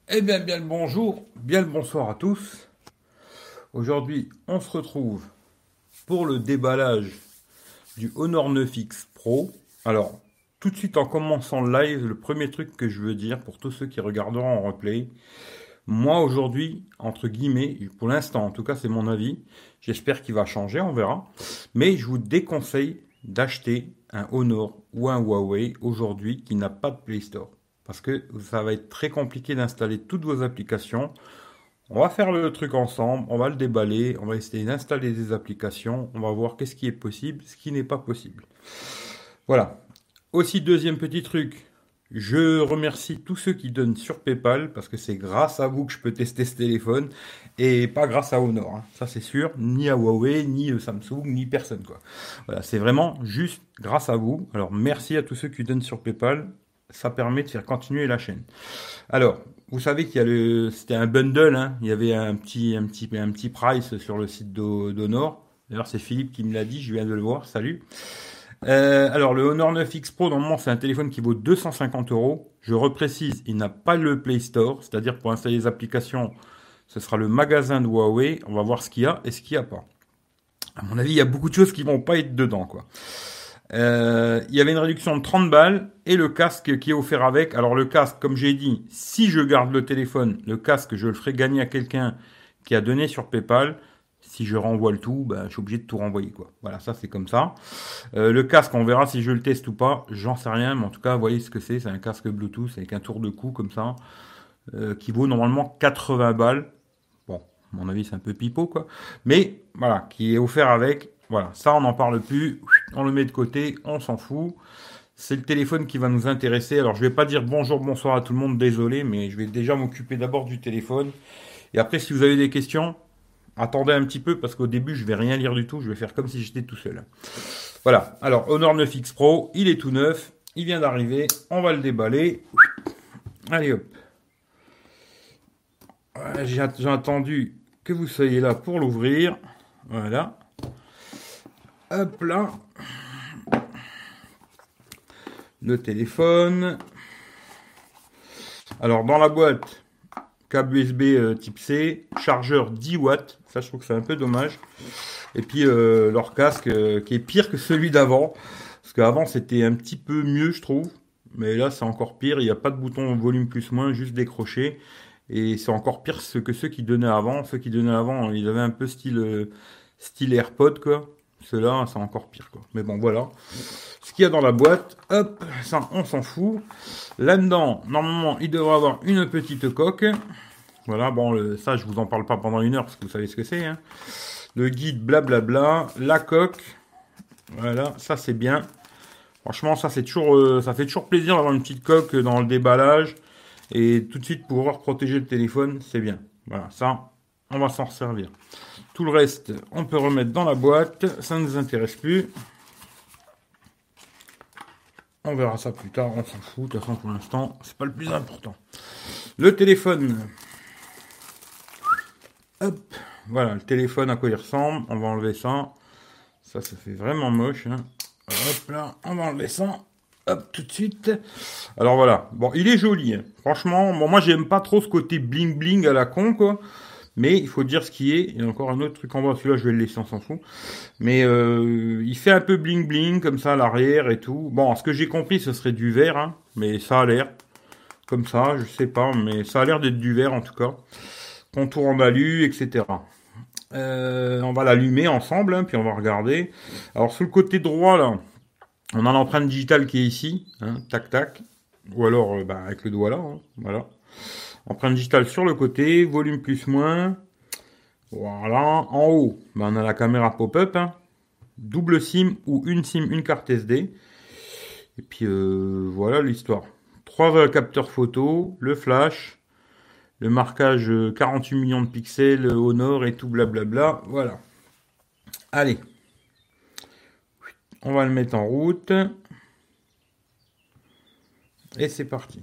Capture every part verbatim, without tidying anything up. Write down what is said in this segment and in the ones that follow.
Eh bien, bien le bonjour, bien le bonsoir à tous. Aujourd'hui, on se retrouve pour le déballage du Honor neuf X Pro. Alors, tout de suite en commençant le live, le premier truc que je veux dire pour tous ceux qui regarderont en replay, moi aujourd'hui, entre guillemets, pour l'instant en tout cas c'est mon avis, j'espère qu'il va changer, on verra, mais je vous déconseille d'acheter un Honor ou un Huawei aujourd'hui qui n'a pas de Play Store. Parce que ça va être très compliqué d'installer toutes vos applications. On va faire le truc ensemble, on va le déballer, on va essayer d'installer des applications, on va voir qu'est-ce qui est possible, ce qui n'est pas possible. Voilà. Aussi, deuxième petit truc, je remercie tous ceux qui donnent sur PayPal parce que c'est grâce à vous que je peux tester ce téléphone et pas grâce à Honor, hein. Ça c'est sûr, ni à Huawei, ni à Samsung, ni personne quoi. Voilà, c'est vraiment juste grâce à vous. Alors merci à tous ceux qui donnent sur PayPal, ça permet de faire continuer la chaîne. Alors, vous savez qu'il y a le, c'était un bundle, hein. Il y avait un petit, un petit, un petit price sur le site d'Ho- d'Honor. D'ailleurs, c'est Philippe qui me l'a dit, je viens de le voir. Salut. Euh, alors, le Honor neuf X Pro, normalement, c'est un téléphone qui vaut deux cent cinquante euros. Je reprécise, il n'a pas le Play Store, c'est-à-dire pour installer les applications, ce sera le magasin de Huawei. On va voir ce qu'il y a et ce qu'il n'y a pas. À mon avis, il y a beaucoup de choses qui vont pas être dedans, quoi. Euh, il y avait une réduction de trente balles et le casque qui est offert avec. Alors le casque, comme j'ai dit, si je garde le téléphone, le casque, je le ferai gagner à quelqu'un qui a donné sur PayPal. Si je renvoie le tout, ben, je suis obligé de tout renvoyer, quoi. Voilà, ça c'est comme ça. Euh, le casque, on verra si je le teste ou pas. J'en sais rien, mais en tout cas, vous voyez ce que c'est. C'est un casque Bluetooth avec un tour de cou comme ça, euh, qui vaut normalement quatre-vingts balles. Bon, à mon avis, c'est un peu pipeau, quoi. Mais voilà, qui est offert avec. Voilà, ça, on n'en parle plus. On le met de côté, on s'en fout. C'est le téléphone qui va nous intéresser. Alors, je vais pas dire bonjour, bonsoir à tout le monde, désolé, mais je vais déjà m'occuper d'abord du téléphone. Et après, si vous avez des questions, attendez un petit peu parce qu'au début, je vais rien lire du tout. Je vais faire comme si j'étais tout seul. Voilà. Alors, Honor neuf X Pro, il est tout neuf. Il vient d'arriver. On va le déballer. Allez hop. J'ai j'ai attendu que vous soyez là pour l'ouvrir. Voilà. Hop là. Le téléphone. Alors, dans la boîte, câble U S B euh, type C, chargeur dix watts. Ça, je trouve que c'est un peu dommage. Et puis, euh, leur casque euh, qui est pire que celui d'avant. Parce qu'avant, c'était un petit peu mieux, je trouve. Mais là, c'est encore pire. Il n'y a pas de bouton volume plus moins, juste décroché. Et c'est encore pire que ceux qui donnaient avant. Ceux qui donnaient avant, ils avaient un peu style, euh, style AirPod, quoi. Ceux-là, c'est encore pire, quoi. Mais bon, voilà. Ce qu'il y a dans la boîte, hop, ça, on s'en fout. Là-dedans, normalement, il devrait avoir une petite coque. Voilà, bon, le, ça, je vous en parle pas pendant une heure parce que vous savez ce que c'est, hein. Le guide, blablabla, la coque. Voilà, ça, c'est bien. Franchement, ça, c'est toujours, euh, ça fait toujours plaisir d'avoir une petite coque dans le déballage. Et tout de suite, pouvoir protéger le téléphone, c'est bien. Voilà, ça, on va s'en servir. Tout le reste, on peut remettre dans la boîte. Ça ne nous intéresse plus. On verra ça plus tard, on s'en fout. De toute façon, pour l'instant, c'est pas le plus important. Le téléphone. Hop. Voilà, le téléphone, à quoi il ressemble. On va enlever ça. Ça, ça fait vraiment moche, hein. Hop là, on va enlever ça. Hop, tout de suite. Alors voilà. Bon, il est joli, hein. Franchement, bon, moi, j'aime pas trop ce côté bling bling à la con, quoi. Mais il faut dire ce qui est. Il y a encore un autre truc en bas. Celui-là, je vais le laisser, on s'en fout. Mais euh, il fait un peu bling bling comme ça à l'arrière et tout. Bon, ce que j'ai compris, ce serait du verre, hein, mais ça a l'air comme ça. Je sais pas, mais ça a l'air d'être du verre en tout cas. Contour en alu, et cetera. Euh, on va l'allumer ensemble, hein, puis on va regarder. Alors sur le côté droit là, on a l'empreinte digitale qui est ici, hein, tac tac. Ou alors euh, bah, avec le doigt là, hein, voilà. Empreinte digitale sur le côté, volume plus moins. Voilà, en haut, ben on a la caméra pop-up, hein. Double SIM ou une SIM, une carte S D. Et puis euh, voilà l'histoire. Trois euh, capteurs photo, le flash, le marquage euh, quarante-huit millions de pixels, euh, Honor et tout blablabla. Voilà. Allez, on va le mettre en route. Et c'est parti.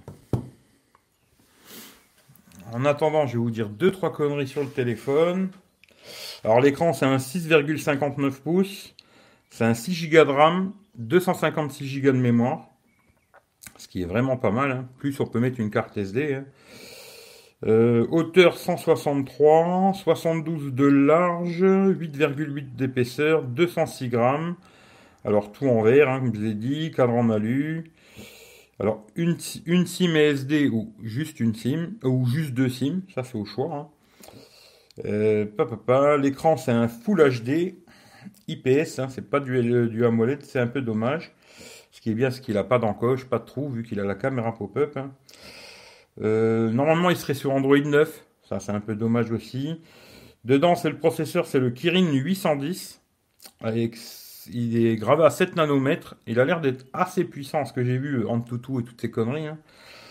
En attendant, je vais vous dire deux trois conneries sur le téléphone. Alors l'écran, c'est un six virgule cinquante-neuf pouces. C'est un six gigas de RAM, deux cent cinquante-six gigas de mémoire. Ce qui est vraiment pas mal, hein. Plus on peut mettre une carte S D, hein. Euh, hauteur cent soixante-trois, soixante-douze de large, huit virgule huit d'épaisseur, deux cent six grammes. Alors tout en verre, hein, comme je vous ai dit, cadre en alu. Alors une, une SIM S D ou juste une SIM, ou juste deux SIM, ça c'est au choix. Hein. Euh, pa, pa, pa, l'écran c'est un Full H D I P S, hein, c'est pas du, du AMOLED, c'est un peu dommage. Ce qui est bien, c'est qu'il a pas d'encoche, pas de trou, vu qu'il a la caméra pop-up. Hein. Euh, normalement, il serait sur Android neuf, ça c'est un peu dommage aussi. Dedans, c'est le processeur, c'est le Kirin huit cent dix. Avec, il est gravé à sept nanomètres. Il a l'air d'être assez puissant, ce que j'ai vu en toutou et toutes ces conneries. Hein.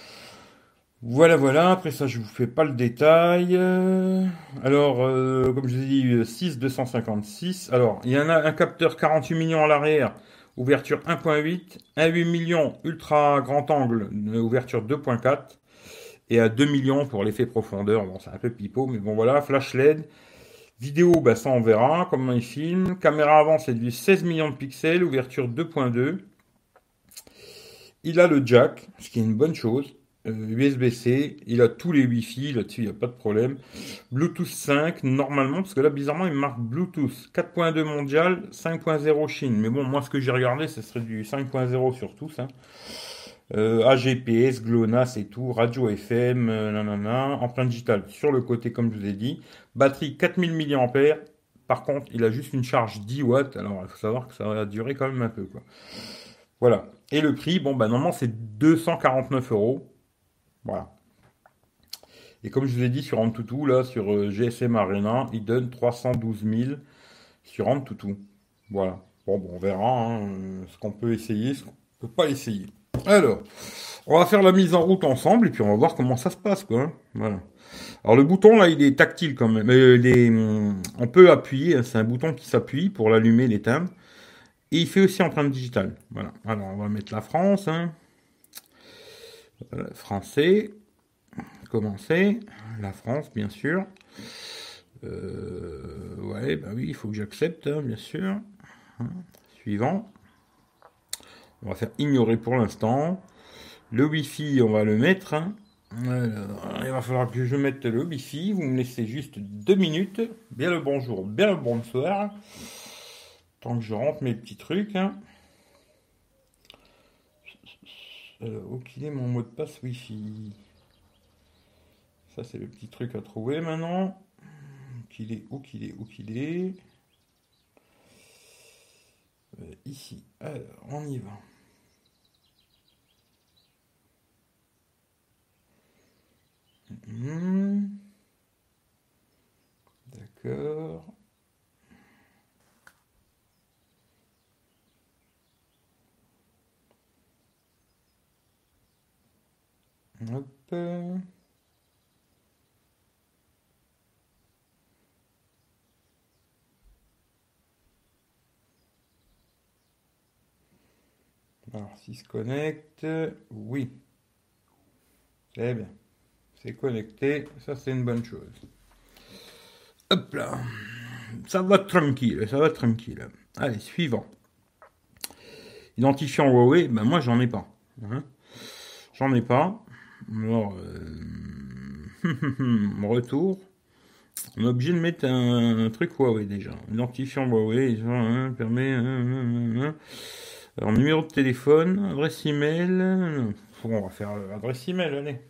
Voilà, voilà. Après ça, je vous fais pas le détail. Euh, Alors, euh, comme je vous ai dit, six deux cent cinquante-six. Alors, il y en a un capteur quarante-huit millions à l'arrière, ouverture un virgule huit. Un huit millions ultra grand angle, ouverture deux virgule quatre. Et à deux millions pour l'effet profondeur. Bon, c'est un peu pipeau, mais bon, voilà. Flash L E D. Vidéo, bah, ça on verra comment il filme. Caméra avant, c'est du seize millions de pixels, ouverture deux virgule deux. Il a le jack, ce qui est une bonne chose. Euh, U S B-C, il a tous les Wi-Fi, là-dessus il n'y a pas de problème. Bluetooth cinq, normalement, parce que là bizarrement il marque Bluetooth quatre point deux mondial, cinq point zéro Chine. Mais bon, moi ce que j'ai regardé, ce serait du cinq point zéro sur tous. Hein. Euh, A G P S, GLONASS et tout, radio F M, euh, nanana, empreinte digitale sur le côté comme je vous ai dit. Batterie quatre mille milliampères. Par contre, il a juste une charge dix watts. Alors, il faut savoir que ça va durer quand même un peu, quoi. Voilà. Et le prix, bon, bah, normalement, c'est deux cent quarante-neuf euros. Voilà. Et comme je vous ai dit sur Antutu, là, sur euh, G S M Arena, il donne trois cent douze mille sur Antutu. Voilà. Bon, bon, on verra hein, euh, ce qu'on peut essayer, ce qu'on peut pas essayer. Alors, on va faire la mise en route ensemble et puis on va voir comment ça se passe, quoi. Hein. Voilà. Alors le bouton là, il est tactile quand même. Euh, il est, hum, on peut appuyer. Hein, c'est un bouton qui s'appuie pour l'allumer, l'éteindre. Et il fait aussi empreinte digitale. Voilà. Alors on va mettre la France. Hein. Voilà, français. Commencer. La France, bien sûr. Euh, ouais, bah oui, il faut que j'accepte, hein, bien sûr. Hein. Suivant. On va faire ignorer pour l'instant. Le Wi-Fi, on va le mettre. Hein. Alors, il va falloir que je mette le Wi-Fi. Vous me laissez juste deux minutes. Bien le bonjour, bien le bonsoir. Tant que je rentre mes petits trucs. Hein. Alors, où qu'il est mon mot de passe Wi-Fi? Ça, c'est le petit truc à trouver maintenant. Où qu'il est, où qu'il est, où qu'il est. Euh, ici. Alors, on y va. Mmh. D'accord. Hop. Alors, s'il se connecte, oui. C'est bien. C'est connecté, ça c'est une bonne chose. Hop là. Ça va tranquille, ça va tranquille. Allez, suivant. Identifiant Huawei, ben moi j'en ai pas. Hein. J'en ai pas. Alors, euh... retour. On est obligé de mettre un, un truc Huawei déjà. Identifiant Huawei, hein, permet. Hein, hein, alors, numéro de téléphone, adresse email. Bon, on va faire adresse email, allez.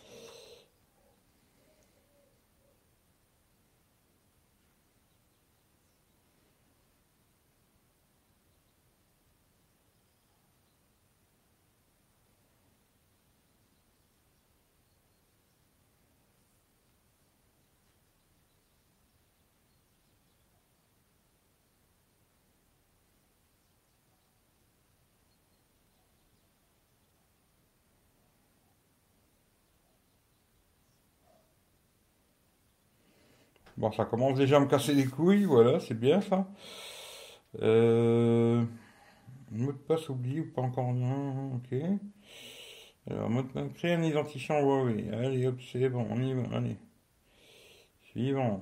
Bon, ça commence déjà à me casser les couilles, voilà, c'est bien ça. Euh... Mot de passe oublié ou pas encore non, ok. Alors, mot de passe, créer un identifiant Huawei. Allez, hop, c'est bon, on y va, allez. Suivant.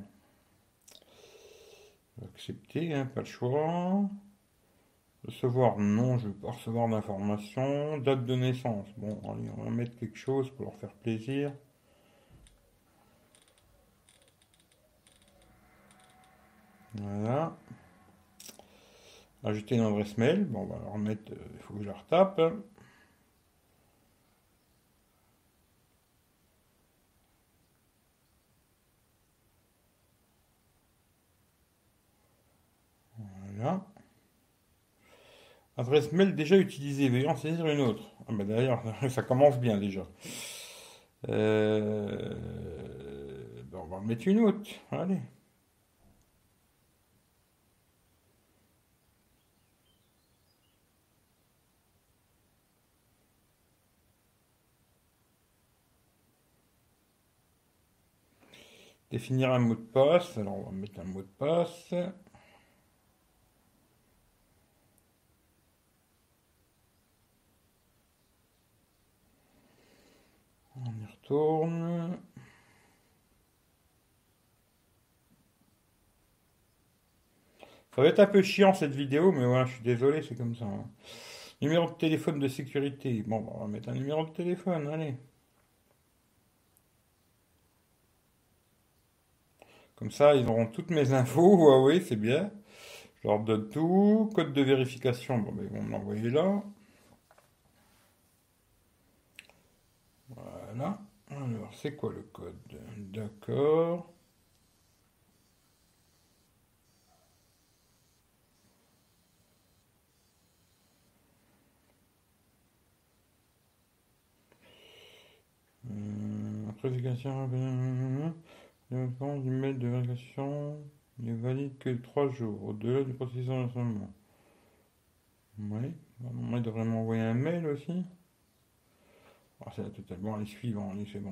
Accepter, hein, pas le choix. Recevoir, non, je ne veux pas recevoir d'informations. Date de naissance, bon, allez, on va mettre quelque chose pour leur faire plaisir. Voilà. Ajouter une adresse mail. Bon, on va la remettre. Il euh, faut que je la retape. Voilà. Adresse mail déjà utilisée. Veuillez en saisir une autre. Ah bah d'ailleurs, ça commence bien déjà. Euh... ben, on va en mettre une autre. Allez. Définir un mot de passe. Alors on va mettre un mot de passe. On y retourne. Ça va être un peu chiant cette vidéo, mais voilà, je suis désolé, c'est comme ça, hein. Numéro de téléphone de sécurité. Bon, on va mettre un numéro de téléphone, allez. Comme ça, ils auront toutes mes infos. Huawei, c'est bien. Je leur donne tout. Code de vérification, bon, ben, ils vont me l'envoyer là. Voilà. Alors, c'est quoi le code? D'accord. Euh, après vérification, le temps d'email de vérification n'est valide que trois jours, au-delà du processus d'enregistrement. Oui, normalement, il devrait m'envoyer un mail aussi. Ah, c'est la totale. Bon, allez, suivant, allez, c'est bon.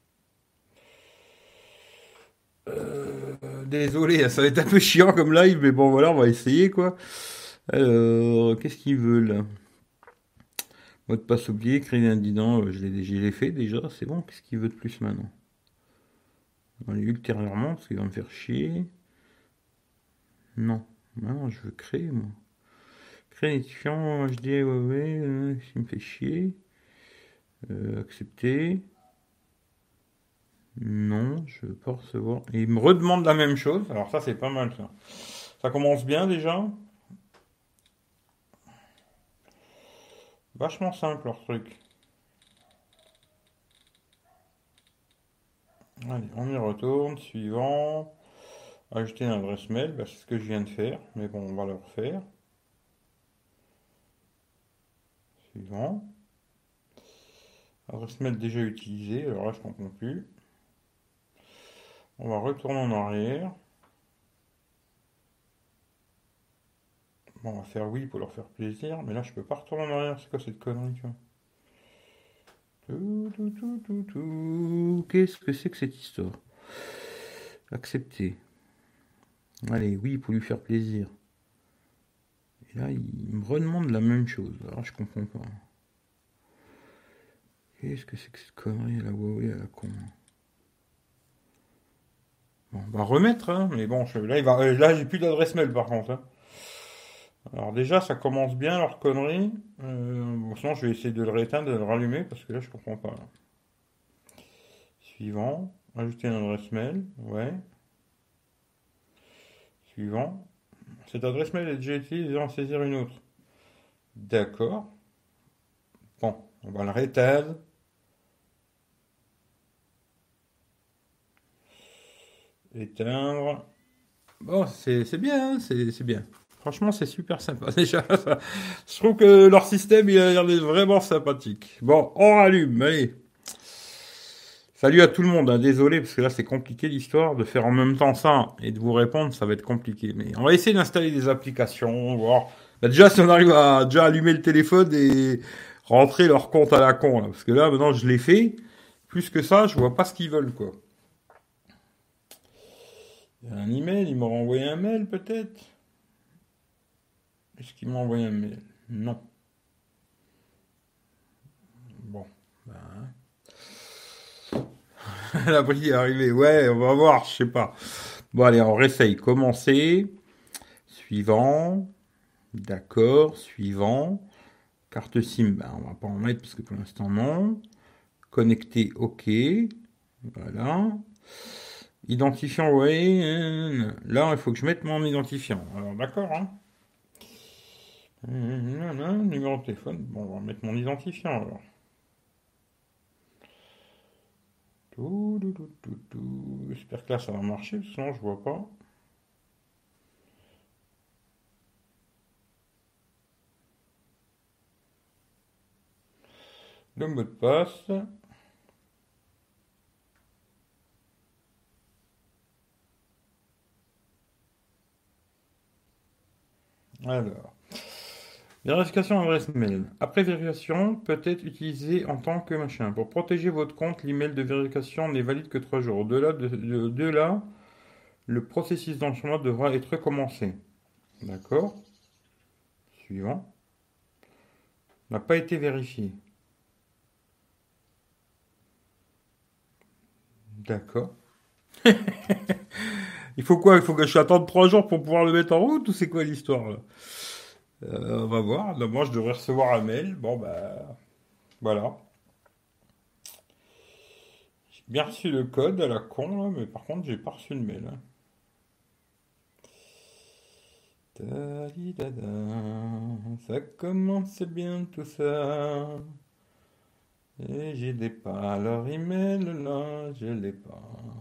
Euh, désolé, ça va être un peu chiant comme live, mais bon, voilà, on va essayer, quoi. Alors, qu'est-ce qu'ils veulent? Mot de passe oublié, crédit incident, euh, je l'ai je l'ai fait déjà, c'est bon. Qu'est-ce qu'il veut de plus maintenant? On va aller ultérieurement, parce qu'il va me faire chier. Non, non, je veux créer, moi. Créer édition, H D, ouais, ouais, euh, il me fait chier. Euh, accepter. Non, je veux pas recevoir. Et il me redemande la même chose. Alors ça, c'est pas mal, ça. Ça commence bien, déjà. Vachement simple, leur truc. Allez, on y retourne. Suivant. Ajouter une adresse mail. Bah, c'est ce que je viens de faire. Mais bon, on va le refaire. Suivant. Adresse mail déjà utilisée. Alors là, je comprends plus. On va retourner en arrière. Bon, on va faire oui pour leur faire plaisir. Mais là, je peux pas retourner en arrière. C'est quoi cette connerie, tu vois? Tout, tout, tout, tout, tout. Qu'est-ce que c'est que cette histoire? Accepter. Allez, oui, pour lui faire plaisir. Et là, il me redemande la même chose. Alors, je comprends pas. Qu'est-ce que c'est que cette connerie à la Huawei à la con? Bon, on va remettre, hein, mais bon, je- là, il va, euh, là, j'ai plus d'adresse mail par contre, hein. Alors déjà, ça commence bien leur connerie. Euh, bon, sinon, je vais essayer de le rééteindre, de le rallumer, parce que là, je comprends pas, là. Suivant. Ajouter une adresse mail. Ouais. Suivant. Cette adresse mail est déjà utilisée, je vais en saisir une autre. D'accord. Bon, on va le rééteindre. Éteindre. Bon, c'est c'est bien, hein, c'est c'est bien. Franchement, c'est super sympa. Déjà, ça- je trouve que leur système, il a l'air d'être vraiment sympathique. Bon, on rallume, allez. Salut à tout le monde, hein. Désolé, parce que là, c'est compliqué l'histoire. De faire en même temps ça et de vous répondre, ça va être compliqué. Mais on va essayer d'installer des applications, voir. Bah, déjà, si on arrive à déjà allumer le téléphone et rentrer leur compte à la con, là. Parce que là, maintenant, je l'ai fait. Plus que ça, je vois pas ce qu'ils veulent, quoi. Il y a un email, ils m'auront envoyé un mail, peut-être. Est-ce qu'ils m'ont envoyé un mail? Non. Bon. Ben, l'abri est arrivé. Ouais, on va voir, je sais pas. Bon, allez, on réessaye. Commencer. Suivant. D'accord. Suivant. Carte SIM, ben, on va pas en mettre parce que pour l'instant, non. Connecter, OK. Voilà. Identifiant, ouais. euh, Là, il faut que je mette mon identifiant. Alors, d'accord, hein. Euh, non, non, numéro de téléphone. Bon, on va mettre mon identifiant alors. Tout, tout, tout, tout, tout. J'espère que là, ça va marcher, sinon je vois pas. Le mot de passe. Alors. Vérification adresse mail. Après vérification, peut être utilisé en tant que machin. Pour protéger votre compte, l'email de vérification n'est valide que trois jours. Au-delà de, de- de là, le processus d'enchaînement devra être recommencé. D'accord. Suivant. N'a pas été vérifié. D'accord. Il faut quoi? Il faut que je attende trois jours pour pouvoir le mettre en route ou c'est quoi l'histoire là? Euh, on va voir. Normalement, je devrais recevoir un mail. Bon, bah, voilà. J'ai bien reçu le code à la con, là, mais par contre, j'ai pas reçu le mail, hein. Tadidada, ça commence bien tout ça. Et j'ai des pas. Leur email là, je l'ai pas.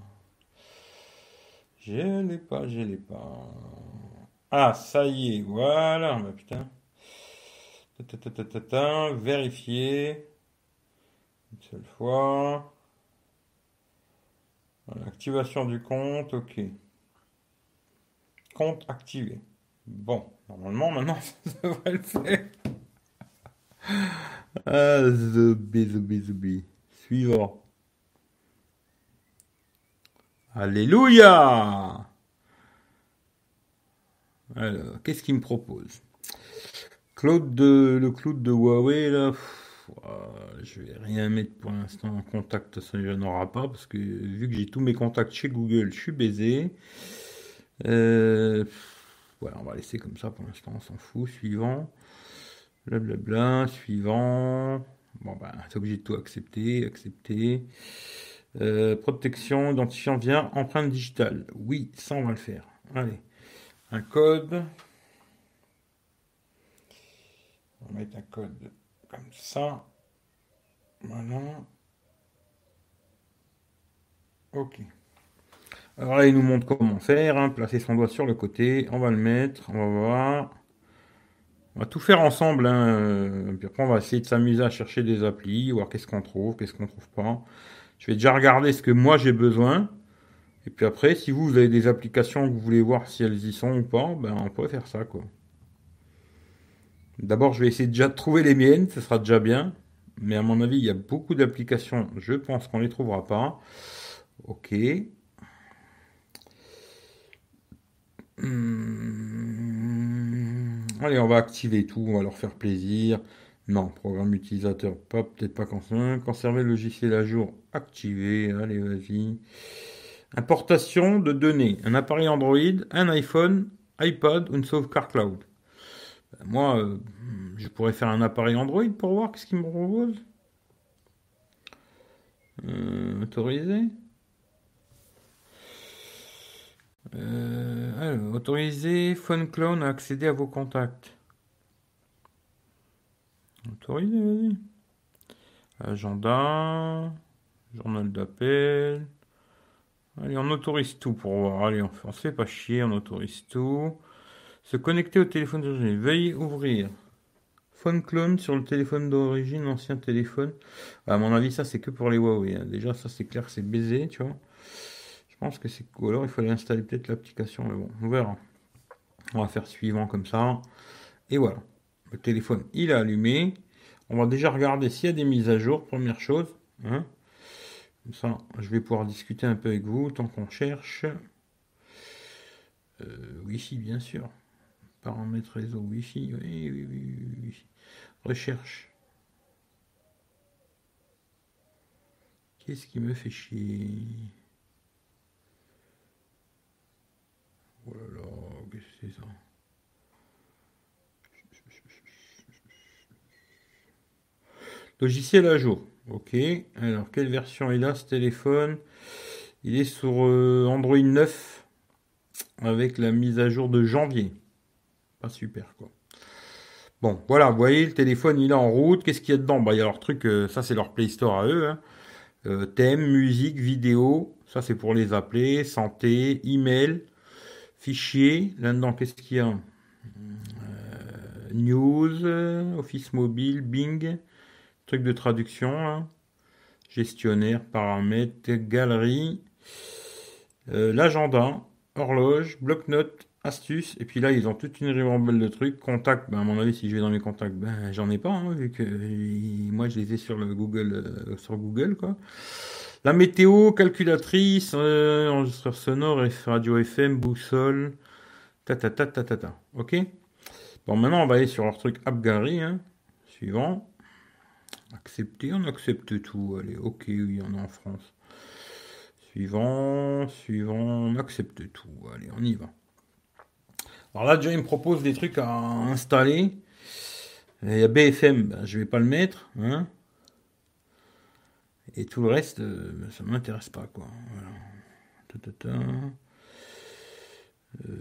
Je l'ai pas, je l'ai pas. Ah, ça y est, voilà, bah putain. Ta-ta-ta-ta-ta, vérifier. Une seule fois. Voilà, activation du compte, ok. Compte activé. Bon, normalement, maintenant, ça devrait le faire. Ah, zoubi, zoubi, zoubi. Suivant. Alléluia! Alors, qu'est-ce qu'il me propose? Claude de, le Claude de Huawei, là, pff, ouah, je vais rien mettre pour l'instant en contact, ça il n'y en aura pas, parce que vu que j'ai tous mes contacts chez Google, je suis baisé. Euh, pff, voilà, on va laisser comme ça pour l'instant, on s'en fout. Suivant. Blablabla, suivant. Bon, ben, c'est obligé de tout accepter, accepter. Euh, protection, identifiant via empreinte digitale. Oui, ça, on va le faire. Allez, un code. On va mettre un code comme ça. Voilà. Ok. Alors là, il nous montre comment faire, hein. Placer son doigt sur le côté. On va le mettre. On va voir. On va tout faire ensemble, hein. euh, Puis après, on va essayer de s'amuser à chercher des applis, voir qu'est-ce qu'on trouve, qu'est-ce qu'on trouve pas. Je vais déjà regarder ce que moi j'ai besoin. Et puis après, si vous, vous avez des applications que vous voulez voir si elles y sont ou pas, ben on pourrait faire ça, quoi. D'abord, je vais essayer déjà de trouver les miennes, ce sera déjà bien. Mais à mon avis, il y a beaucoup d'applications, je pense qu'on les trouvera pas. Ok. Hmm. Allez, on va activer tout, on va leur faire plaisir. Non, programme utilisateur, pas, peut-être pas conservé. Conserver le logiciel à jour, activé. Allez, vas-y. Importation de données. Un appareil Android, un iPhone, iPad ou une sauvegarde cloud. Ben, moi, euh, je pourrais faire un appareil Android pour voir qu'est-ce qu'il me propose. Euh, autorisé. Euh, alors, autorisé Phone Clone à accéder à vos contacts. Autorisé, vas-y. Agenda, journal d'appel. Allez, on autorise tout pour voir. Allez, on, on se fait pas chier, on autorise tout. Se connecter au téléphone d'origine. Veuillez ouvrir. Phone clone sur le téléphone d'origine, ancien téléphone. À mon avis, ça c'est que pour les Huawei, hein. Déjà, ça c'est clair, c'est baisé, tu vois. Je pense que c'est. Ou alors il fallait installer peut-être l'application, mais bon, on verra. On va faire suivant comme ça. Et voilà. Le téléphone, il est allumé. On va déjà regarder s'il y a des mises à jour, première chose, hein. Comme ça, je vais pouvoir discuter un peu avec vous tant qu'on cherche. Euh, Wi-Fi, bien sûr. Paramètres réseau Wi-Fi. Oui, oui, oui, oui, oui. Recherche. Qu'est-ce qui me fait chier? Oh là là, qu'est-ce que c'est ça? Logiciel à jour. Ok. Alors, quelle version il a ce téléphone? Il est sur euh, Android neuf avec la mise à jour de janvier. Pas super quoi. Bon, voilà, vous voyez, le téléphone il est en route. Qu'est-ce qu'il y a dedans? Bah, il y a leur truc, euh, ça c'est leur Play Store à eux. Hein. Euh, thème, musique, vidéo, ça c'est pour les appeler, santé, email, fichiers. Là-dedans, qu'est-ce qu'il y a? News, euh, Office mobile, Bing, truc de traduction, hein. Gestionnaire, paramètres, galerie, euh, l'agenda, horloge, bloc-notes, astuces, et puis là ils ont toute une ribambelle de trucs. Contacts, ben, à mon avis si je vais dans mes contacts, ben j'en ai pas, hein, vu que euh, moi je les ai sur le Google, euh, sur Google quoi. La météo, calculatrice, euh, enregistreur sonore, radio F M, boussole, ta ta ta ta ta ta. Ok. Bon maintenant on va aller sur leur truc App Gallery, hein. Suivant. Accepter, on accepte tout. Allez, ok, oui, on est en France. Suivant, suivant, on accepte tout. Allez, on y va. Alors là, déjà, il me propose des trucs à installer. Il y a B F M, ben, je vais pas le mettre. Hein. Et tout le reste, euh, ben, ça m'intéresse pas, quoi. Voilà. Ta-ta-ta. Euh,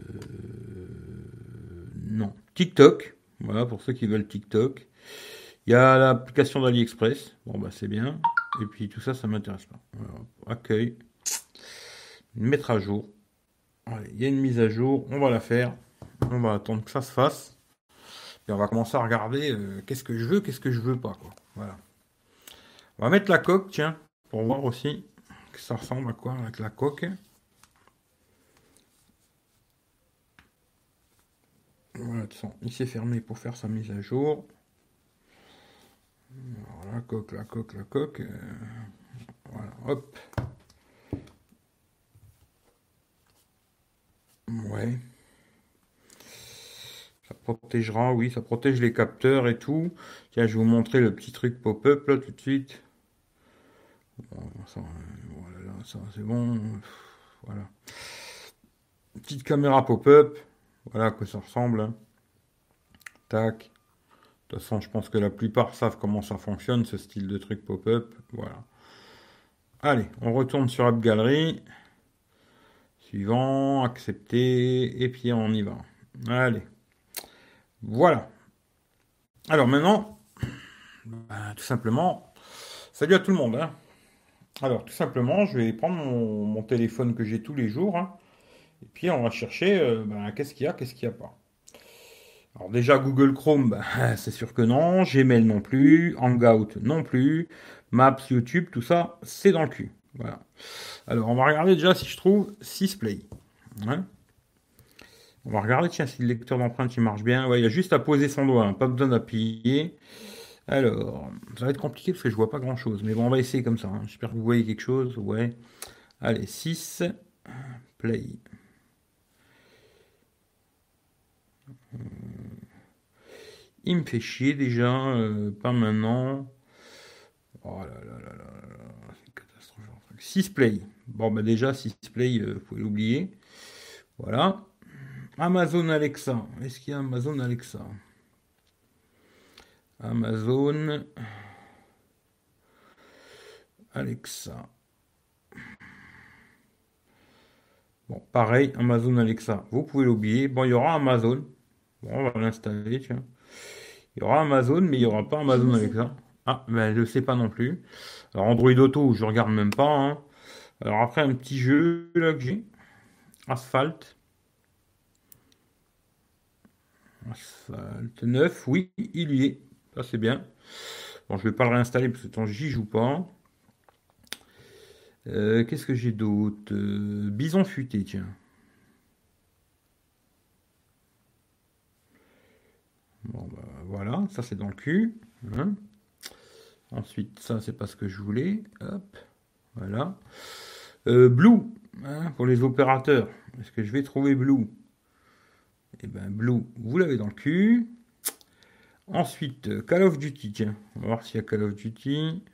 non. TikTok. Voilà, pour ceux qui veulent TikTok. Il y a l'application d'AliExpress. Bon, bah, c'est bien. Et puis tout ça, ça m'intéresse pas. Voilà. Accueil. Mettre à jour. Allez, il y a une mise à jour. On va la faire. On va attendre que ça se fasse. Et on va commencer à regarder euh, qu'est-ce que je veux, qu'est-ce que je veux pas, quoi. Voilà. On va mettre la coque, tiens, pour voir aussi que ça ressemble à quoi avec la coque. Voilà, de toute façon, il s'est fermé pour faire sa mise à jour. Alors, la coque, la coque, la coque. Euh, voilà, hop. Ouais. Ça protégera, oui, ça protège les capteurs et tout. Tiens, je vais vous montrer le petit truc pop-up là tout de suite. Bon, ça, voilà, ça c'est bon. Voilà. Petite caméra pop-up. Voilà à quoi ça ressemble. Hein. Tac. De toute façon, je pense que la plupart savent comment ça fonctionne, ce style de truc pop-up. Voilà. Allez, on retourne sur App Gallery. Suivant, accepter, et puis on y va. Allez. Voilà. Alors maintenant, bah, tout simplement, salut à tout le monde. Hein. Alors, tout simplement, je vais prendre mon, mon téléphone que j'ai tous les jours, hein, et puis on va chercher euh, bah, qu'est-ce qu'il y a, qu'est-ce qu'il n'y a pas. Alors déjà, Google Chrome, bah, c'est sûr que non. Gmail non plus. Hangout non plus. Maps, YouTube, tout ça, c'est dans le cul. Voilà. Alors, on va regarder déjà si je trouve Sysplay. Hein. On va regarder, tiens, si le lecteur d'empreintes il marche bien. Ouais, il y a juste à poser son doigt, hein, pas besoin d'appuyer. Alors, ça va être compliqué parce que je vois pas grand chose. Mais bon, on va essayer comme ça. Hein. J'espère que vous voyez quelque chose. Ouais. Allez, six. Play. Il me fait chier déjà. Euh, pas maintenant. Oh là là là là là. C'est une catastrophe. Sysplay. Bon, bah déjà, Sysplay, euh, vous pouvez l'oublier. Voilà. Amazon Alexa. Est-ce qu'il y a Amazon Alexa? Amazon Alexa. Bon, pareil, Amazon Alexa. Vous pouvez l'oublier. Bon, il y aura Amazon. Bon, on va l'installer, tiens. Il y aura Amazon, mais il n'y aura pas Amazon Alexa. Ah, ben, je ne sais pas non plus. Alors, Android Auto, je regarde même pas. Hein. Alors, après, un petit jeu là que j'ai. Asphalt. Asphalt neuf, oui, il y est. Ça, c'est bien. Bon, je vais pas le réinstaller parce que tant j'y joue pas. Euh, Qu'est-ce que j'ai d'autre? Euh, Bison futé, tiens. Bon, bah, voilà, ça c'est dans le cul. Hein. Ensuite, ça c'est pas ce que je voulais. Hop, voilà. Euh, Blue, hein, pour les opérateurs. Est-ce que je vais trouver Blue? Eh ben Blue, vous l'avez dans le cul. Ensuite, euh, Call of Duty, tiens. On va voir s'il y a Call of Duty.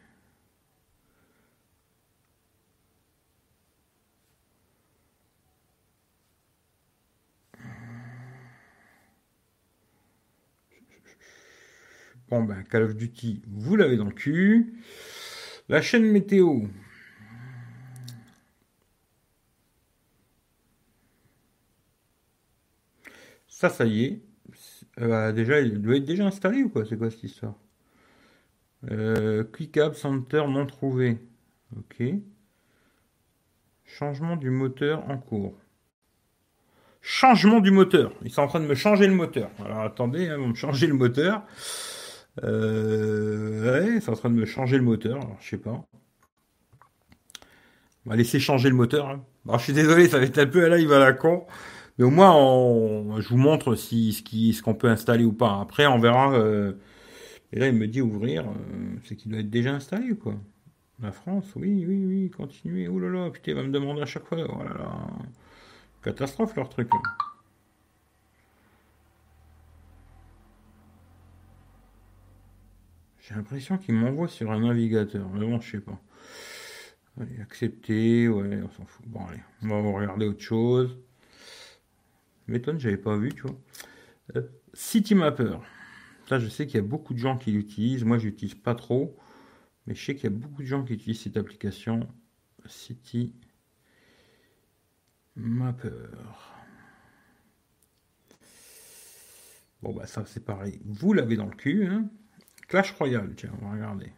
Bon ben Call of Duty, vous l'avez dans le cul. La chaîne météo. Ça, ça y est. Euh, bah, déjà, il doit être déjà installé ou quoi? C'est quoi cette histoire? Euh, Quick App Center non trouvé. Ok. Changement du moteur en cours. Changement du moteur. Ils sont en train de me changer le moteur. Alors attendez, hein, ils vont me changer le moteur. Euh, ouais, ils sont en train de me changer le moteur. Alors, je sais pas. On va laisser changer le moteur, hein. Alors, je suis désolé, ça va être un peu à la, il va à la con. Mais au moins, on- je vous montre si, ce qui, ce qu'on peut installer ou pas. Après, on verra. euh, Et là, il me dit ouvrir. euh, c'est qu'il doit être déjà installé ou quoi? La France, oui, oui, oui, continuez. Oh là là, putain, il va me demander à chaque fois. Oh là là. Catastrophe leur truc. J'ai l'impression qu'il m'envoie sur un navigateur. Mais bon, je sais pas. Allez, accepter, ouais, on s'en fout. Bon, allez, on va regarder autre chose. M'étonne, j'avais pas vu, tu vois. Euh, CityMapper. Ça, je sais qu'il y a beaucoup de gens qui l'utilisent. Moi, je l'utilise pas trop. Mais je sais qu'il y a beaucoup de gens qui utilisent cette application. CityMapper. Bon, bah, ça, c'est pareil. Vous l'avez dans le cul, hein. Clash Royale, tiens, on va regarder.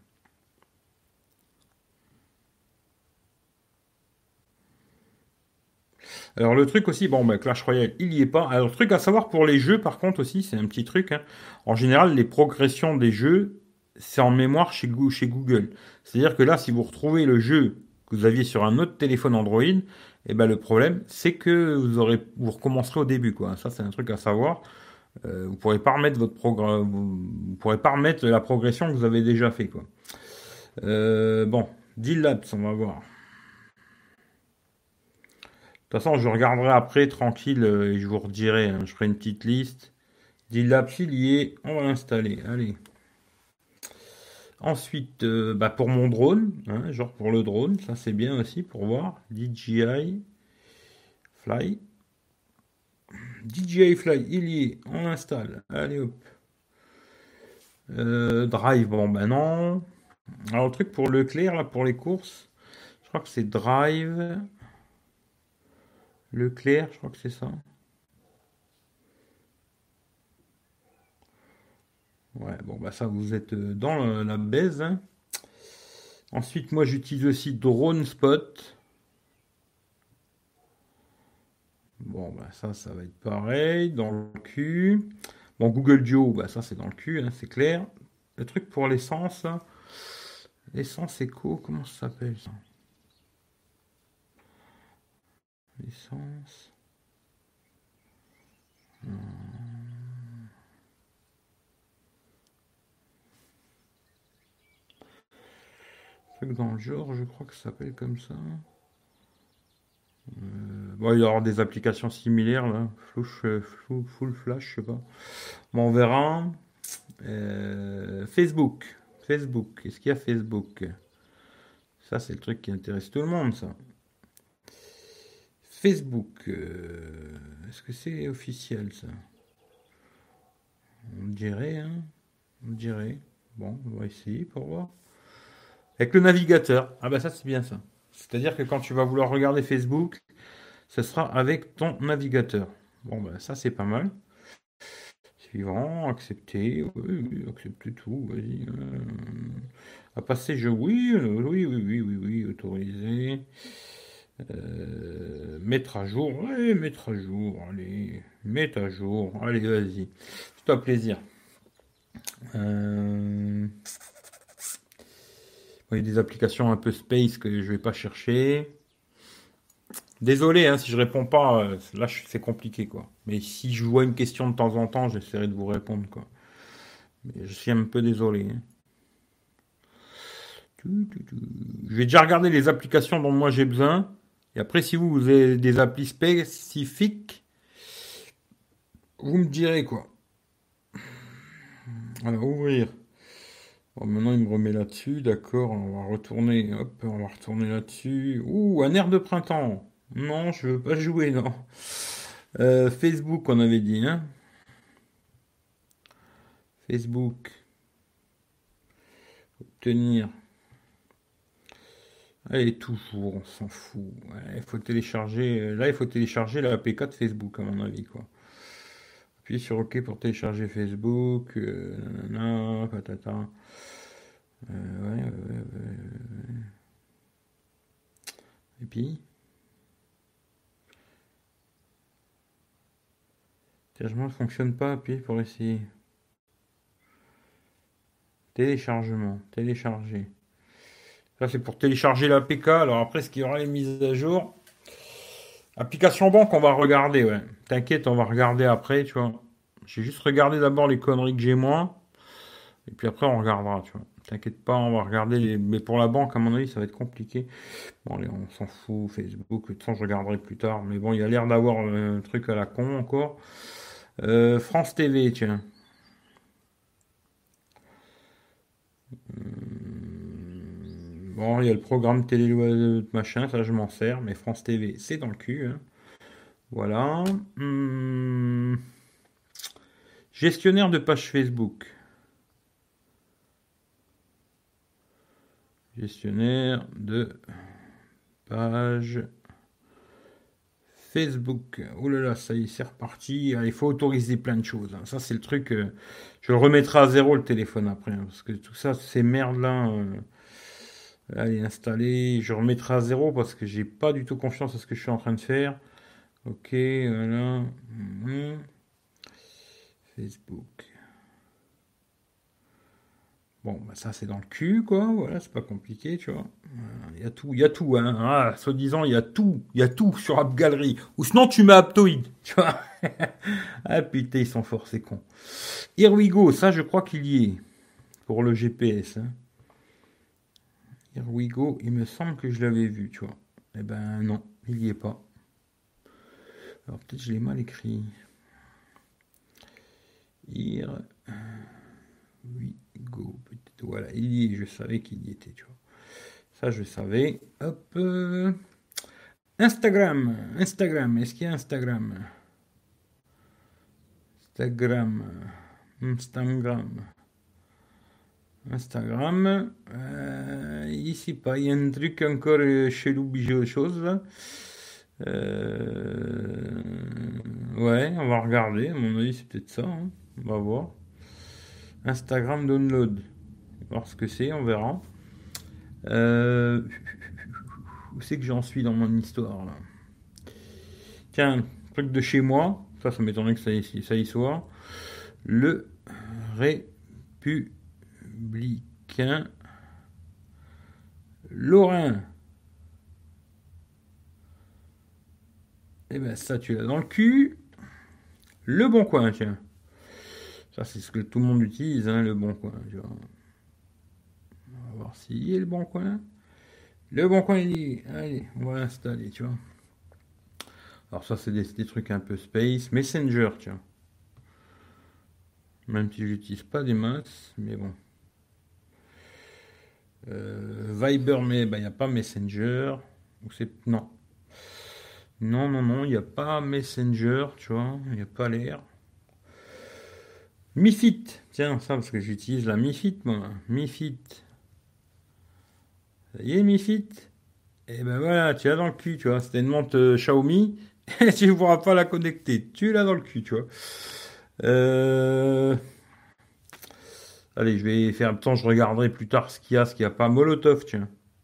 Alors le truc aussi, bon, bah, Clash Royale, il y est pas. Alors le truc à savoir pour les jeux, par contre aussi, c'est un petit truc, hein. En général, les progressions des jeux, c'est en mémoire chez, Goo- chez Google. C'est-à-dire que là, si vous retrouvez le jeu que vous aviez sur un autre téléphone Android, eh ben le problème, c'est que vous aurez, vous recommencerez au début, quoi. Ça, c'est un truc à savoir. Euh, vous pourrez pas remettre votre programme, vous, vous pourrez pas remettre la progression que vous avez déjà fait, quoi. Euh, bon, Deal Labs, on va voir. De toute façon, je regarderai après, tranquille, euh, et je vous redirai, hein. Je ferai une petite liste. Dilab lié, on va l'installer. Allez. Ensuite, euh, bah, pour mon drone, hein, genre pour le drone, ça c'est bien aussi pour voir. D J I Fly. D J I Fly, il y est, on l'installe. Allez hop. Euh, Drive, bon ben non. Alors le truc pour Leclerc, là, pour les courses, je crois que c'est Drive. Leclerc, je crois que c'est ça. Ouais, bon bah ça vous êtes euh, dans la, la baise, hein. Ensuite, moi j'utilise aussi Drone Spot. Bon, bah ça, ça va être pareil, dans le cul. Bon, Google Duo, bah ça c'est dans le cul, hein, c'est clair. Le truc pour l'essence, là, l'essence éco, comment ça s'appelle ça? L'essence. Truc dans le genre, je crois que ça s'appelle comme ça. Euh, bon, il y aura des applications similaires, là. Flouche, euh, flou- full flash, je sais pas. Bon, on verra. Euh, Facebook. Facebook. Est-ce qu'il y a Facebook? Ça, c'est le truc qui intéresse tout le monde, ça. Facebook. euh, Est-ce que c'est officiel, ça? On dirait, hein? On dirait. Bon, on va essayer pour voir. Avec le navigateur. Ah bah ça, c'est bien ça. C'est-à-dire que quand tu vas vouloir regarder Facebook, ce sera avec ton navigateur. Bon, bah ça, c'est pas mal. Suivant, accepter. Oui, oui, accepter tout. Vas-y. euh, À passer, je. Oui, euh, oui, oui, oui, oui, oui, autoriser. Euh, mettre à jour. Oui, mettre à jour. Allez, mettre à jour. Allez, vas-y. C'est plaisir. Euh, Il y a des applications un peu space que je vais pas chercher. Désolé hein, si je réponds pas, euh, là je- c'est compliqué quoi. Mais si je vois une question de temps en temps, j'essaierai de vous répondre quoi. Mais je suis un peu désolé, hein. Tu, tu, tu. Je vais déjà regarder les applications dont moi j'ai besoin. Et après, si vous, vous avez des applis spécifiques, vous me direz quoi. Alors, ouvrir. Bon, maintenant, il me remet là-dessus. D'accord, on va retourner. Hop, on va retourner là-dessus. Ouh, un air de printemps. Non, je veux pas jouer, non. Euh, Facebook, on avait dit, hein. Facebook, obtenir. Allez, toujours, on s'en fout. Ouais, il faut télécharger. Là, il faut télécharger la A P K de Facebook, à mon avis, quoi. Appuyez sur OK pour télécharger Facebook. Euh, nanana, patata. Euh, ouais, ouais, ouais, ouais. Et puis, téléchargement ne fonctionne pas. Appuyez pour essayer. Téléchargement. Télécharger. Ça, c'est pour télécharger l'A P K. Alors après, ce qu'il y aura les mises à jour. Application banque, on va regarder, ouais. T'inquiète, on va regarder après, tu vois. J'ai juste regardé d'abord les conneries que j'ai moins. Et puis après, on regardera, tu vois. T'inquiète pas, on va regarder. Les... Mais pour la banque, à mon avis, ça va être compliqué. Bon, allez, on s'en fout. Facebook, de toute façon, je regarderai plus tard. Mais bon, il y a l'air d'avoir un truc à la con encore. Euh, France T V, tiens. Hum, Bon, il y a le programme télé euh, machin, ça je m'en sers. Mais France T V, c'est dans le cul, hein. Voilà. Hum, Gestionnaire de page Facebook. Gestionnaire de page Facebook. Oh là là, ça y est, c'est reparti. Ah, il faut autoriser plein de choses, hein. Ça, c'est le truc. euh, je le remettrai à zéro le téléphone après, hein, parce que tout ça, ces merdes-là, euh, allez, installer. Je remettrai à zéro parce que j'ai pas du tout confiance à ce que je suis en train de faire. Ok, voilà. Mhm. Facebook. Bon, bah ça c'est dans le cul, quoi. Voilà, c'est pas compliqué, tu vois. Il y a tout, il y a tout, hein. Ah, soi-disant, il y a tout, il y a tout sur App Gallery. Ou sinon, tu mets Aptoid, tu vois. Ah putain, ils sont forts, c'est con. Here we go, ça je crois qu'il y est. Pour le G P S, hein. Here we go, il me semble que je l'avais vu, tu vois. Eh ben non, il y est pas. Alors peut-être je l'ai mal écrit. Here we go, peut-être. Voilà, il y est, je savais qu'il y était, tu vois. Ça, je savais. Hop. euh, Instagram. Instagram. Est-ce qu'il y a Instagram? Instagram. Instagram. Instagram. Euh, ici, pas. Il y a un truc encore euh, chelou, bijou, chose là. Euh, Ouais, on va regarder. À mon avis, c'est peut-être ça, hein. On va voir. Instagram download. On va voir ce que c'est, on verra. Euh, Où c'est que j'en suis dans mon histoire là? Tiens, truc de chez moi, ça, ça m'étonnerait que ça y, ça y soit. Le républicain lorrain. Eh ben, ça, tu l'as dans le cul. Le bon coin, tiens. Ça, c'est ce que tout le monde utilise, hein, le bon coin. Tu vois. On va voir s'il y a le bon coin. Le bon coin, il y est. Allez, on va l'installer, tu vois. Alors, ça, c'est des, des trucs un peu space. Messenger, tiens. Même si j'utilise pas des masses, mais bon. Euh, Viber, mais il n'y a pas Messenger. Ou c'est... Non. Non, non, non, il n'y a pas Messenger, tu vois. Il n'y a pas l'air. Mifit. Tiens, ça, parce que j'utilise la Mifit, moi. Mifit. Ça y est, Mifit. Et ben voilà, tu l'as dans le cul, tu vois. C'était une montre euh, Xiaomi. Et tu ne pourras pas la connecter. Tu l'as dans le cul, tu vois. Euh... Allez, je vais faire un temps, je regarderai plus tard ce qu'il y a, ce qu'il n'y a pas. Molotov, tiens.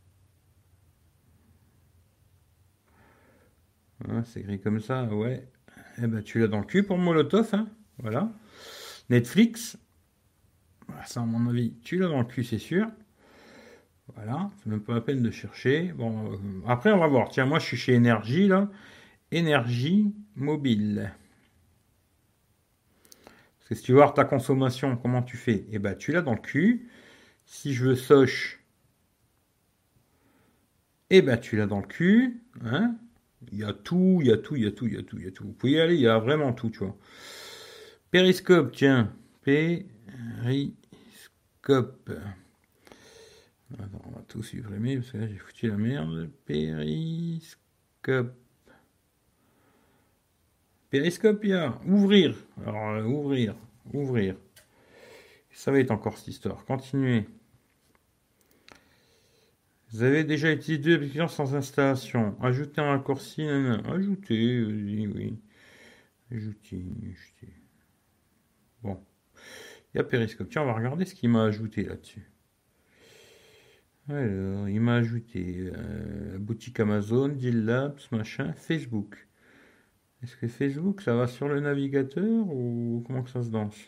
Hein, c'est écrit comme ça, ouais. Eh ben, tu l'as dans le cul pour Molotov, hein. Voilà. Netflix. Voilà, ça, à mon avis, tu l'as dans le cul, c'est sûr. Voilà, c'est même pas la peine de chercher. Bon, euh, après, on va voir. Tiens, moi, je suis chez Énergie, là. Énergie mobile. Parce que si tu veux voir ta consommation, comment tu fais? Eh ben, tu l'as dans le cul. Si je veux Soch, eh ben, tu l'as dans le cul. Hein. Il y a tout, il y a tout, il y a tout, il y a tout, il y a tout. Vous pouvez y aller, il y a vraiment tout, tu vois. Périscope, tiens. Périscope. Attends, on va tout supprimer parce que là j'ai foutu la merde. Périscope. Périscope, il y a. Ouvrir. Alors, euh, ouvrir. Ouvrir. Ça va être encore cette histoire. Continuez. Vous avez déjà utilisé deux applications sans installation. Ajouter un raccourci. Nan, nan. Ajouter. Oui, oui. Ajouter. Ajouter. Bon, il y a Periscope. Tiens, on va regarder ce qu'il m'a ajouté là-dessus. Alors, il m'a ajouté euh, boutique Amazon, Deal Labs, machin, Facebook. Est-ce que Facebook, ça va sur le navigateur ou comment que ça se danse?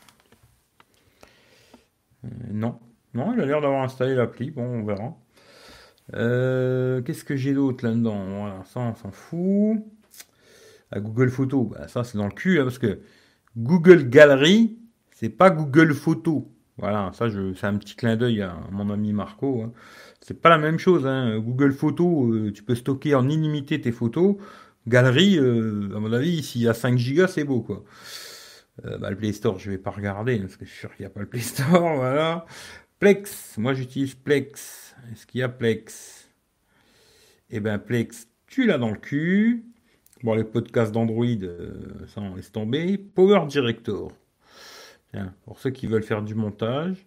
Euh, Non. Non, il a l'air d'avoir installé l'appli. Bon, on verra. Euh, qu'est-ce que j'ai d'autre là-dedans? Voilà, ça, on s'en fout. À Google Photos, bah, ça, c'est dans le cul, hein, parce que Google Gallery, c'est pas Google Photos. Voilà, ça, je, c'est un petit clin d'œil à mon ami Marco, hein. C'est pas la même chose, hein. Google Photos, euh, tu peux stocker en illimité tes photos. Galerie, euh, à mon avis, s'il y a cinq gigas, c'est beau, quoi. Euh, bah, le Play Store, je vais pas regarder, parce que je suis sûr qu'il n'y a pas le Play Store, voilà. Plex, moi j'utilise Plex. Est-ce qu'il y a Plex? Eh ben Plex, tu l'as dans le cul. Bon, les podcasts d'Android, euh, ça on laisse tomber. Power Director. Tiens, pour ceux qui veulent faire du montage.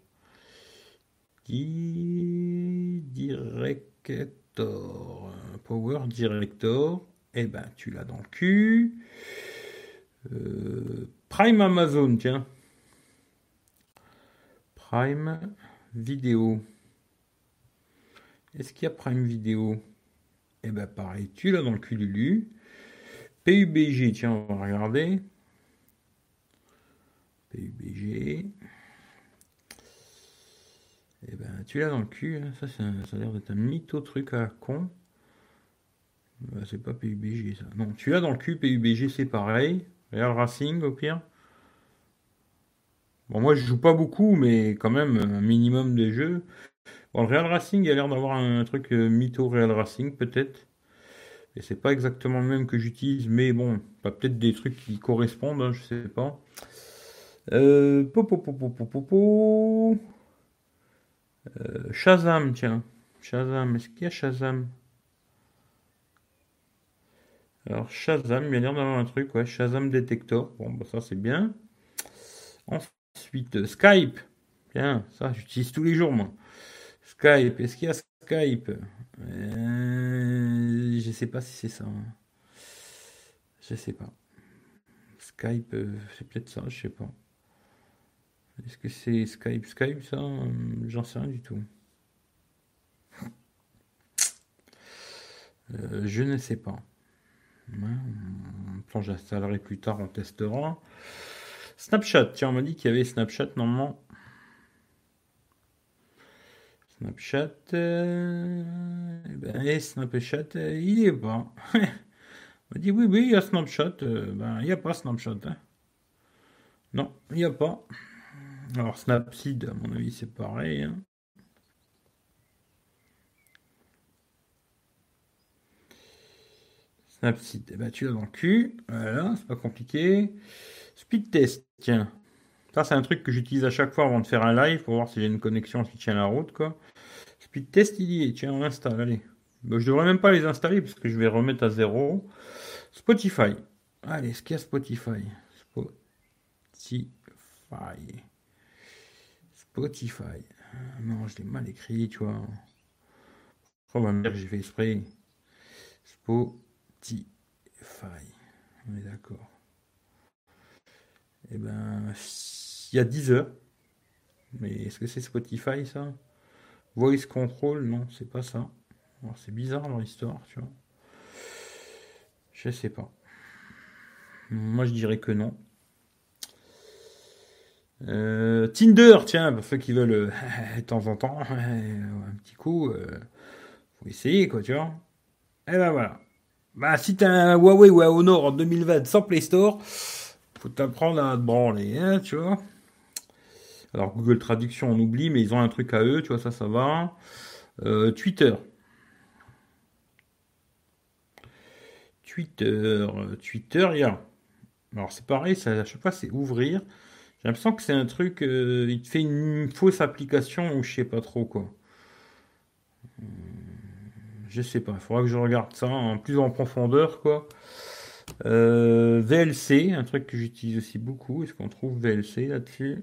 Di- Director. Power Director. Eh ben, tu l'as dans le cul. Euh, Prime Amazon, tiens. Prime Vidéo. Est-ce qu'il y a Prime Vidéo? Eh ben, pareil, tu l'as dans le cul Lulu. P U B G, tiens, on va regarder. P U B G. Eh ben, tu l'as dans le cul, hein. Ça, ça, ça a l'air d'être un mytho truc à la con. Bah, c'est pas P U B G, ça. Non, tu l'as dans le cul, P U B G, c'est pareil. Real Racing, au pire. Bon, moi, je joue pas beaucoup, mais quand même, un minimum de jeux. Bon, le Real Racing, il a l'air d'avoir un truc euh, mytho Real Racing, peut-être. Et c'est pas exactement le même que j'utilise, mais bon, pas peut-être des trucs qui correspondent, hein, je sais pas. Euh, po, po, po, po, po, po, po. Euh, Shazam, tiens. Shazam, est-ce qu'il y a Shazam? Alors, Shazam, il y a l'air d'avoir un truc, ouais. Shazam Detector. Bon, bah, ça, c'est bien. Ensuite, euh, Skype. Tiens, ça, j'utilise tous les jours, moi. Skype, est-ce qu'il y a Skype? Euh, je sais pas si c'est ça, hein. Je sais pas. Skype, euh, c'est peut-être ça, je sais pas. Est-ce que c'est Skype, Skype, ça? Euh, J'en sais rien du tout. Euh, je ne sais pas. Ouais, on- j'installerai plus tard, on testera. Snapchat, tiens, on m'a dit qu'il y avait Snapchat normalement. Snapchat, euh, eh ben, et Snapchat, euh, il y est pas. On m'a dit oui, oui, il y a Snapchat. Euh, ben, il n'y a pas Snapchat, hein. Non, il n'y a pas. Alors Snapseed, à mon avis, c'est pareil, hein. Snapseed, eh ben, tu l'as dans le cul. Voilà, c'est pas compliqué. Speed test, tiens. Ça, c'est un truc que j'utilise à chaque fois avant de faire un live pour voir si j'ai une connexion qui tient la route, quoi. Speed test, il y est. Tiens, on l'installe, allez. Bon, je devrais même pas les installer parce que je vais remettre à zéro. Spotify. Allez, est-ce qu'il y a Spotify? Spotify. Spotify. Ah, non, je l'ai mal écrit, tu vois. On va me dire que j'ai fait exprès. Spotify. On est d'accord. Eh ben, il y a dix heures. Mais est-ce que c'est Spotify, ça? Voice Control, non, c'est pas ça. Alors, c'est bizarre dans l'histoire, tu vois. Je sais pas. Moi, je dirais que non. Euh, Tinder, tiens, pour ceux qui veulent euh, de temps en temps, euh, un petit coup, euh, faut essayer, quoi, tu vois. Et ben voilà. Bah, si t'as un Huawei ou un Honor en deux mille vingt sans Play Store, faut t'apprendre à te branler, hein, tu vois. Alors, Google Traduction, on oublie, mais ils ont un truc à eux, tu vois, ça, ça va. Euh, Twitter. Twitter, euh, Twitter, il y a. Alors, c'est pareil, ça, à chaque fois, c'est ouvrir. J'ai l'impression que c'est un truc, euh, il te fait une fausse application ou je sais pas trop, quoi. Je sais pas, il faudra que je regarde ça en plus en profondeur, quoi. Euh, V L C, un truc que j'utilise aussi beaucoup. Est-ce qu'on trouve V L C là-dessus?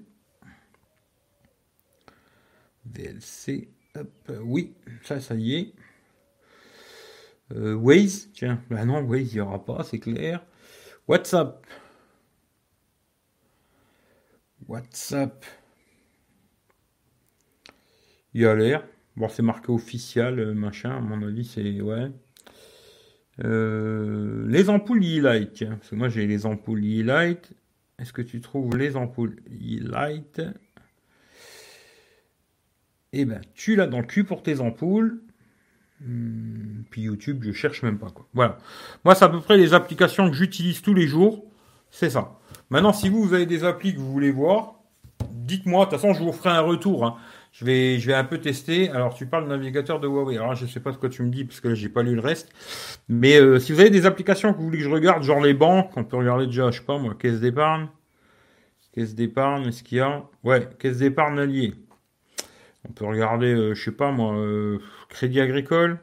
V L C, hop, euh, oui, ça, ça y est. Euh, Waze, tiens, bah non, Waze, il n'y aura pas, c'est clair. WhatsApp, WhatsApp. Il a l'air. Bon, c'est marqué officiel, euh, machin. À mon avis, c'est. Ouais. Euh, les ampoules E-Light. Tiens, parce que moi, j'ai les ampoules E-Light. Est-ce que tu trouves les ampoules E-Light? Eh ben, tu l'as dans le cul pour tes ampoules. Hmm, puis YouTube, je cherche même pas, quoi. Voilà. Moi, c'est à peu près les applications que j'utilise tous les jours. C'est ça. Maintenant, si vous, vous avez des applis que vous voulez voir, dites-moi. De toute façon, je vous ferai un retour, hein. Je vais, je vais un peu tester. Alors, tu parles de navigateur de Huawei. Alors, je sais pas ce que tu me dis, parce que là, j'ai pas lu le reste. Mais euh, si vous avez des applications que vous voulez que je regarde, genre les banques, on peut regarder déjà, je sais pas moi, caisse d'épargne. Caisse d'épargne, est-ce qu'il y a? Ouais, caisse d'épargne alliée. On peut regarder, euh, je sais pas moi, euh, Crédit Agricole.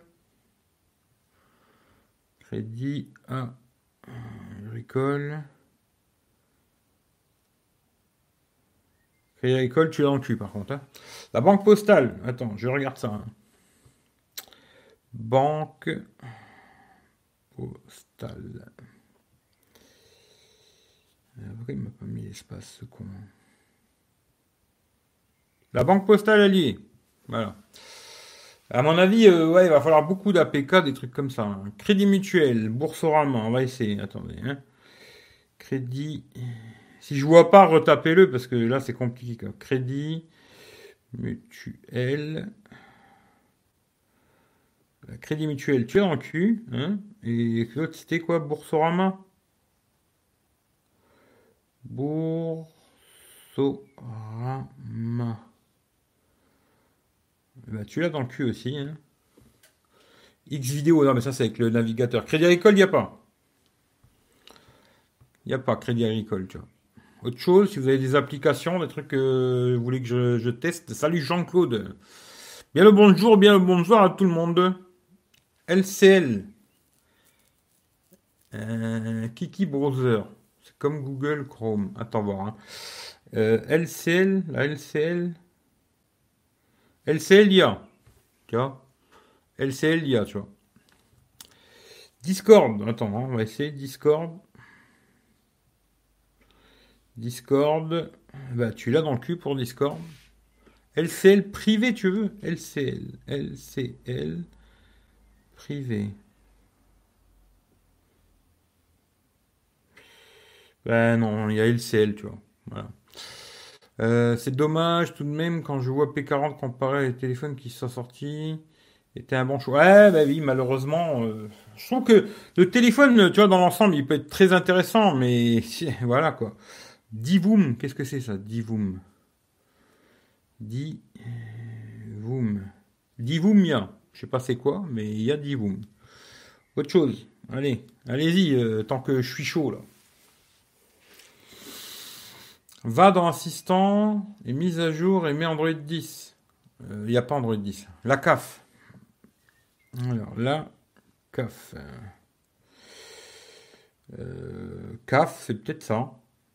Crédit Agricole. Crédit Agricole, tu l'as dans le cul par contre, hein. La banque postale. Attends, je regarde ça, hein. Banque postale. Euh, Pourquoi il m'a pas mis l'espace, ce con? La banque postale alliée. Voilà. À mon avis, euh, ouais, il va falloir beaucoup d'A P K, des trucs comme ça, hein. Crédit mutuel, Boursorama, on va essayer. Attendez, hein. Crédit. Si je vois pas, retapez-le parce que là c'est compliqué, quoi. Crédit mutuel. Crédit mutuel, tu es dans le cul, hein. Et l'autre c'était quoi? Boursorama. Boursorama. Bah, tu l'as dans le cul aussi, hein. X vidéo, non mais ça c'est avec le navigateur. Crédit Agricole, il n'y a pas. Il n'y a pas Crédit Agricole, tu vois. Autre chose, si vous avez des applications, des trucs que vous voulez que je, je teste. Salut Jean-Claude. Bien le bonjour, bien le bonsoir à tout le monde. L C L. Euh, Kiki Browser. C'est comme Google Chrome. Attends voir, hein. Euh, L C L, la L C L. L C L, il y a. Tu vois. L C L, il y a, tu vois. Discord. Attends, hein, on va essayer. Discord. Discord. Bah, tu l'as dans le cul pour Discord. L C L privé, tu veux? L C L. L C L privé. Ben non, il y a L C L, tu vois. Voilà. Euh, c'est dommage tout de même quand je vois P quarante comparé à les téléphones qui sont sortis. C'était un bon choix. Ouais, bah oui, malheureusement. euh, je trouve que le téléphone, tu vois, dans l'ensemble, il peut être très intéressant, mais voilà quoi. Divoom, qu'est-ce que c'est ça? Divoom. Divoom. Divoom, il y a. Je sais pas c'est quoi, mais il y a Divoom. Autre chose. Allez, allez-y, euh, tant que je suis chaud là. Va dans Assistant et mise à jour et mets Android dix. Il n'y a pas Android dix. La C A F. Alors, la C A F. Euh, C A F, c'est peut-être ça.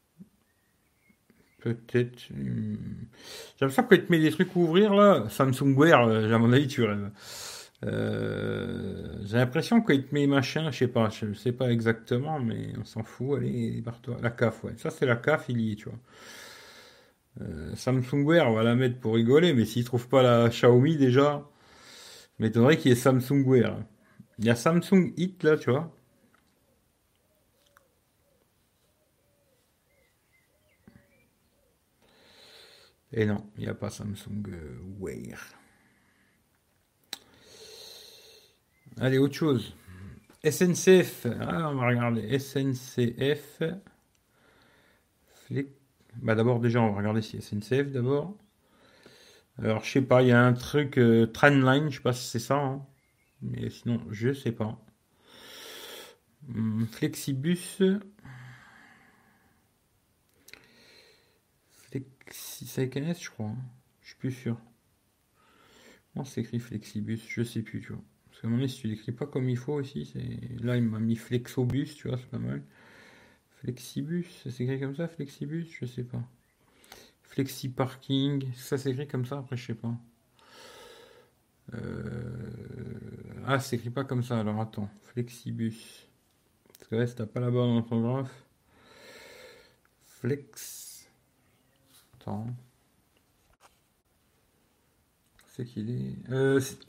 Peut-être. hum, J'ai l'impression que quand il te met des trucs à ouvrir là, Samsung Wear, euh, à mon avis, tu rêves. Euh, j'ai l'impression qu'il te met machin, je sais pas, je sais pas exactement, mais on s'en fout, allez, barre-toi. La C A F, ouais. Ça, c'est la C A F, il y est, tu vois. Euh, Samsung Wear, on va la mettre pour rigoler, mais s'ils trouvent pas la Xiaomi déjà, je m'étonnerait qu'il y ait Samsung Wear. Il y a Samsung Hit là, tu vois. Et non, il n'y a pas Samsung euh, Wear. Allez, autre chose. S N C F. Ah, on va regarder. S N C F. Flic. Bah d'abord déjà, on va regarder si S N C F d'abord. Alors, je sais pas, il y a un truc euh, Trendline, je sais pas si c'est ça, hein. Mais sinon, je sais pas. Hum, Flexibus. Flexi, c'est avec un S, je crois, hein. Je suis plus sûr. Comment c'est écrit Flexibus? Je sais plus, tu vois. Parce qu'à un moment donné, si tu l'écris pas comme il faut aussi, c'est... Là, il m'a mis Flexobus, tu vois, c'est pas mal. Flexibus, ça s'écrit comme ça, Flexibus? Je sais pas. Flexi Parking, ça s'écrit comme ça, après, je sais pas. Euh... Ah, ça s'écrit pas comme ça, alors attends. Flexibus. Parce que là, si t'as pas la bonne orthographe. Flex. Attends. C'est qu'il est. Euh, c'est-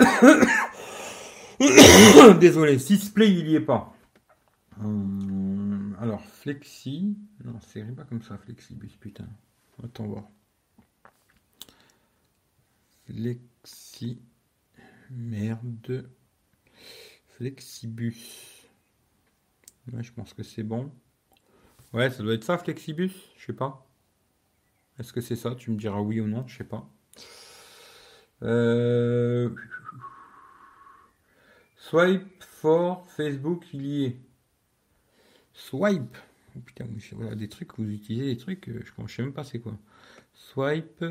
Désolé, Sixplay, il y est pas. Hum, alors, Flexi. Non, c'est pas comme ça, Flexibus, putain. Attends voir. Flexi. Merde. Flexibus. Ouais, je pense que c'est bon. Ouais, ça doit être ça, Flexibus. Je sais pas. Est-ce que c'est ça? Tu me diras oui ou non, je sais pas. Euh... Swipe for Facebook, il y est. Swipe. Oh, putain, voilà, des trucs, vous utilisez des trucs, euh, je ne sais même pas c'est quoi. Swipe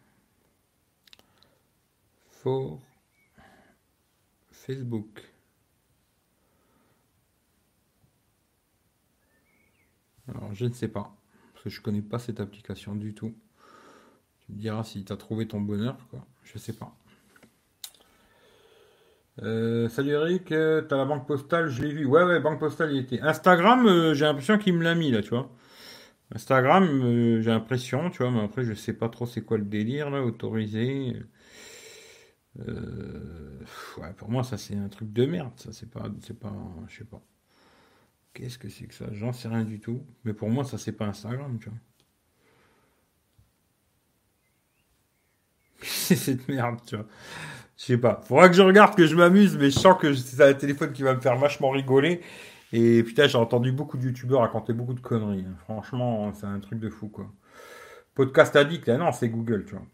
for Facebook. Alors, je ne sais pas. Parce que je connais pas cette application du tout. Tu me diras si tu as trouvé ton bonheur, quoi. Je sais pas. Euh, salut Eric, euh, t'as la banque postale, je l'ai vu. Ouais, ouais, banque postale, il était. Instagram, euh, j'ai l'impression qu'il me l'a mis là, tu vois. Instagram, euh, j'ai l'impression, tu vois, mais après, je sais pas trop c'est quoi le délire là, autorisé. Euh, ouais, pour moi, ça c'est un truc de merde. Ça, c'est pas, c'est pas, je sais pas. Qu'est-ce que c'est que ça? J'en sais rien du tout. Mais pour moi, ça c'est pas Instagram, tu vois. C'est cette merde, tu vois. Je sais pas. Faudra que je regarde, que je m'amuse, mais je sens que c'est un téléphone qui va me faire vachement rigoler. Et putain, j'ai entendu beaucoup de youtubeurs raconter beaucoup de conneries, hein. Franchement, c'est un truc de fou, quoi. Podcast addict, là, non, c'est Google, tu vois.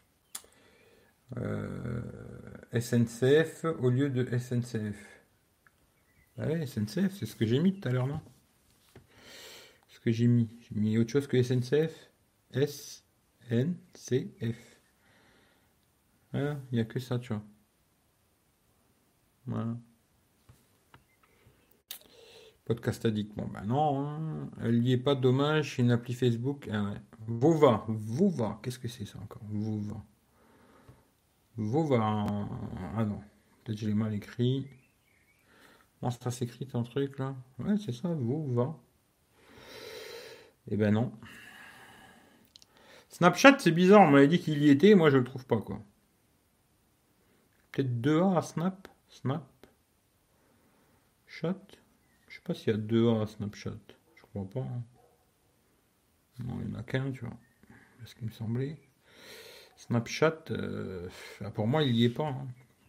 Euh, S N C F au lieu de S N C F. Ah ouais, S N C F, c'est ce que j'ai mis tout à l'heure, non? Ce que j'ai mis. J'ai mis autre chose que S N C F. S N C F. Ah, il n'y a que ça, tu vois. Voilà. Podcast addict. Bon, bah non, hein. Elle n'y est pas, dommage. C'est une appli Facebook. Ah ouais. Vova. Vova. Qu'est-ce que c'est ça encore? Vova. Vova. Ah non. Peut-être que je l'ai mal écrit. Comment ça s'écrit ton truc là? Ouais, c'est ça. Vova. Eh ben non. Snapchat, c'est bizarre. On m'avait dit qu'il y était. Moi, je le trouve pas, quoi. Peut-être deux A à Snap. Snap. Chat. Je sais pas s'il y a deux A à Snapchat. Je crois pas, hein. Non, il n'y en a qu'un, tu vois. C'est ce qui me semblait. Snapchat, euh, pour moi, il y est pas, hein.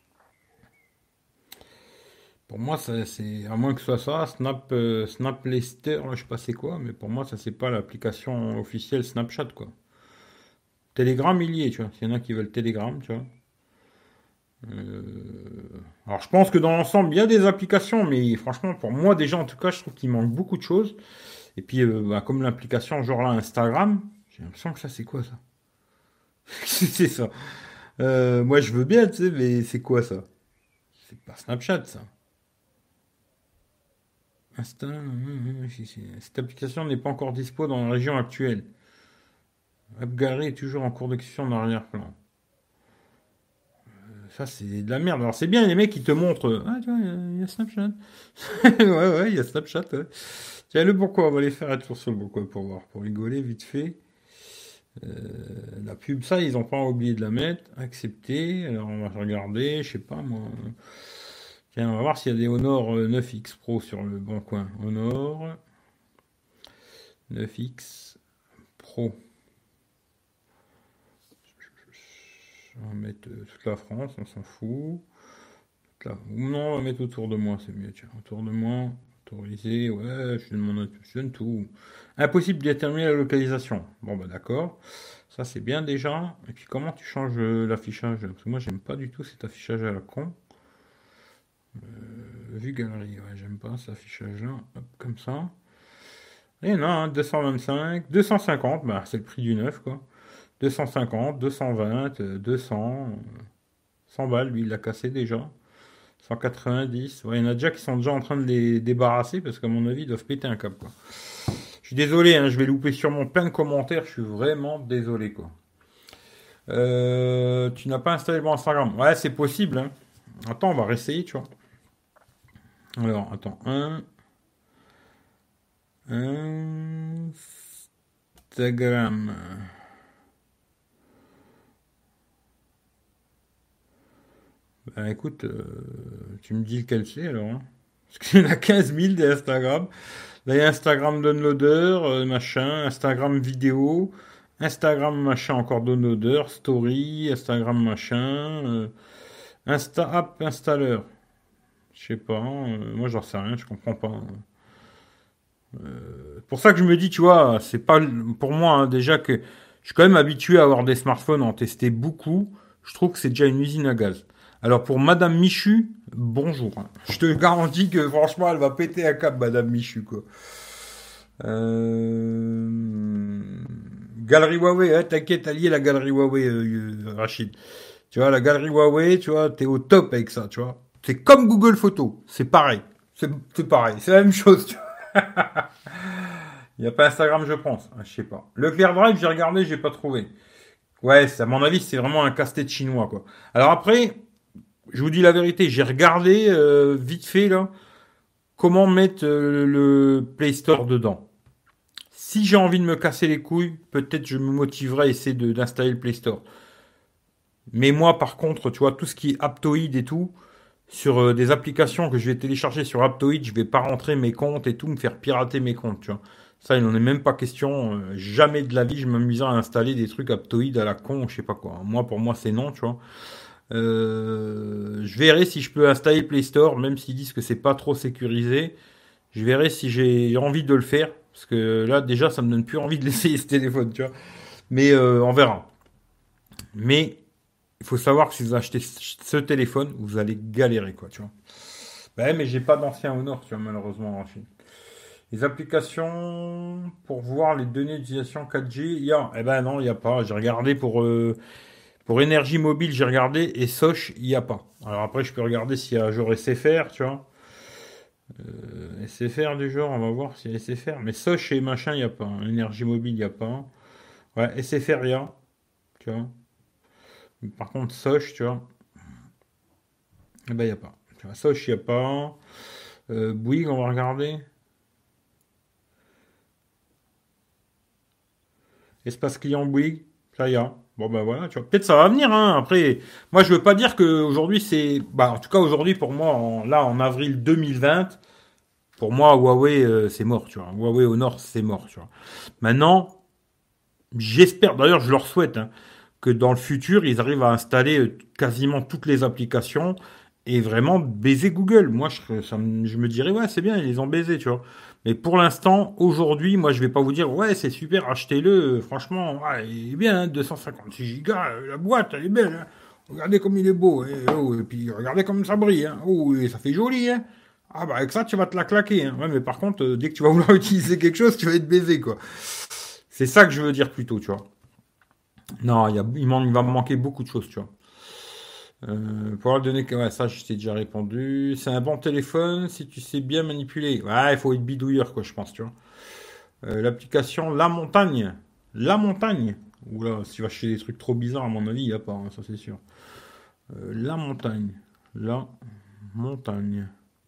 Pour moi, ça, c'est à moins que ce soit ça, Snap, euh, Snap Lester, là, je sais pas c'est quoi, mais pour moi, ça c'est pas l'application officielle Snapchat, quoi. Telegram, il y est, tu vois. S'il y en a qui veulent Telegram, tu vois. Euh, Alors, je pense que dans l'ensemble, il y a des applications, mais franchement, pour moi, déjà, en tout cas, je trouve qu'il manque beaucoup de choses. Et puis, euh, bah, comme l'application, genre là, Instagram, j'ai l'impression que ça, c'est quoi ça? C'est ça. Euh, moi, je veux bien, tu sais, mais c'est quoi ça? C'est pas Snapchat, ça. Insta, hum, hum, si, si. Cette application n'est pas encore dispo dans la région actuelle. AppGarry est toujours en cours d'exécution en arrière-plan. Ça, c'est de la merde. Alors, c'est bien les mecs qui te montrent. Ah, tu vois, il y, a il y a Snapchat. Ouais, ouais, il y a Snapchat. Ouais. Tiens, le pourquoi, on va les faire être sur le pourquoi pour voir, pour rigoler vite fait. Euh, la pub, ça, ils ont pas oublié de la mettre. Accepter. Alors, on va regarder, je sais pas moi. Tiens, on va voir s'il y a des Honor euh, neuf X Pro sur le bon coin. Honor neuf X Pro. On va mettre euh, toute la France, on s'en fout. Toute la- ou Non, on va mettre autour de moi, c'est mieux. Tiens, autour de moi, autorisé, ouais, je donne, mon, je donne tout. Impossible de déterminer la localisation. Bon, bah d'accord. Ça, c'est bien déjà. Et puis, comment tu changes euh, l'affichage? Parce que moi, j'aime pas du tout cet affichage à la con. Euh, vue galerie, ouais, j'aime pas cet affichage-là. Hop, comme ça. Et non, hein, deux cent vingt-cinq, deux cent cinquante, bah, c'est le prix du neuf, quoi. deux cent cinquante, deux cent vingt, euh, deux cents, euh, cent balles, lui, il l'a cassé déjà. cent quatre-vingt-dix. Ouais, il y en a déjà qui sont déjà en train de les débarrasser parce qu'à mon avis, ils doivent péter un câble, quoi. Je suis désolé, hein, je vais louper sûrement plein de commentaires. Je suis vraiment désolé, quoi. Euh, tu n'as pas installé mon Instagram. Ouais, c'est possible, hein. Attends, on va réessayer, tu vois. Alors, attends. Un. Instagram. Ben écoute, euh, tu me dis lequel c'est alors. Hein. Parce qu'il y en a quinze mille des Instagram. Là, il y a Instagram Downloader, euh, machin, Instagram vidéo, Instagram machin encore Downloader, Story, Instagram machin, euh, Insta App Installer. Je sais pas, hein, euh, moi j'en sais rien, je comprends pas. Hein. Euh, pour ça que je me dis, tu vois, c'est pas pour moi hein, déjà que je suis quand même habitué à avoir des smartphones, en tester beaucoup. Je trouve que c'est déjà une usine à gaz. Alors pour Madame Michu, bonjour. Hein. Je te garantis que franchement, elle va péter un câble, Madame Michu, quoi. Euh... Galerie Huawei, hein, t'inquiète, allié la galerie Huawei, euh, euh, Rachid. Tu vois, la galerie Huawei, tu vois, t'es au top avec ça, tu vois. C'est comme Google Photos, c'est pareil. C'est c'est pareil, c'est la même chose, tu vois. Il n'y a pas Instagram, je pense. Ah, je sais pas. Le Clear Drive, j'ai regardé, j'ai pas trouvé. Ouais, c'est- à mon avis, c'est vraiment un casse-tête chinois, quoi. Alors après, je vous dis la vérité, j'ai regardé euh, vite fait là comment mettre euh, le Play Store dedans. Si j'ai envie de me casser les couilles, peut-être je me motiverai à essayer de- d'installer le Play Store. Mais moi, par contre, tu vois, tout ce qui est Aptoid et tout, sur euh, des applications que je vais télécharger sur Aptoid, je vais pas rentrer mes comptes et tout, me faire pirater mes comptes, tu vois. Ça, il n'en est même pas question. Euh, jamais de la vie, je m'amuserai à installer des trucs Aptoid à la con, je sais pas quoi. Moi, pour moi, c'est non, tu vois. Euh, je verrai si je peux installer Play Store, même s'ils disent que c'est pas trop sécurisé. Je verrai si j'ai envie de le faire. Parce que là, déjà, ça me donne plus envie de l'essayer ce téléphone, tu vois. Mais euh, on verra. Mais il faut savoir que si vous achetez ce téléphone, vous allez galérer, quoi, tu vois. Ben, mais j'ai pas d'ancien Honor, tu vois, malheureusement, en Chine. Les applications pour voir les données d'utilisation quatre G, il y a. Eh ben non, il n'y a pas. J'ai regardé pour, euh, pour énergie mobile, j'ai regardé et Soch, il n'y a pas. Alors après, je peux regarder s'il y a genre S F R, tu vois. Euh, S F R du genre, on va voir s'il y a S F R. Mais Soch et machin, il n'y a pas. Énergie mobile, il n'y a pas. Ouais, S F R, il y a, tu vois. Par contre, Soch, tu vois, eh ben, il n'y a pas. Tu vois, Soch, il n'y a pas. Euh, Bouygues, on va regarder. Espace client Bouygues, ça y est. Bon ben voilà, tu vois. Peut-être ça va venir, hein. Après, moi je veux pas dire que aujourd'hui c'est. Bah en tout cas aujourd'hui pour moi, en- là en avril deux mille vingt, pour moi Huawei euh, c'est mort, tu vois. Huawei au nord c'est mort, tu vois. Maintenant, j'espère, d'ailleurs je leur souhaite, hein, que dans le futur ils arrivent à installer euh, quasiment toutes les applications et vraiment baiser Google. Moi je, serais- ça me- je me dirais ouais c'est bien, ils les ont baisés, tu vois. Mais pour l'instant, aujourd'hui, moi je vais pas vous dire ouais c'est super, achetez-le, euh, franchement, ouais, il est bien, hein, deux cent cinquante-six gigas, euh, la boîte elle est belle, hein. Regardez comme il est beau, hein. Oh, et puis regardez comme ça brille, hein. Oh, et ça fait joli, hein. Ah bah avec ça tu vas te la claquer, hein. Ouais, mais par contre, euh, dès que tu vas vouloir utiliser quelque chose, tu vas être baisé, quoi. C'est ça que je veux dire plutôt, tu vois. Non, il, y a, il, man- il va me manquer beaucoup de choses, tu vois. Euh, pour leur donner que ouais, ça, je t'ai déjà répondu. C'est un bon téléphone si tu sais bien manipuler. Ouais, il faut être bidouilleur, quoi, je pense, tu vois. Euh, L'application La Montagne. La Montagne. Oula, si tu vas acheter des trucs trop bizarres, à mon avis, il n'y a pas, hein, ça c'est sûr. Euh, La Montagne. La Montagne.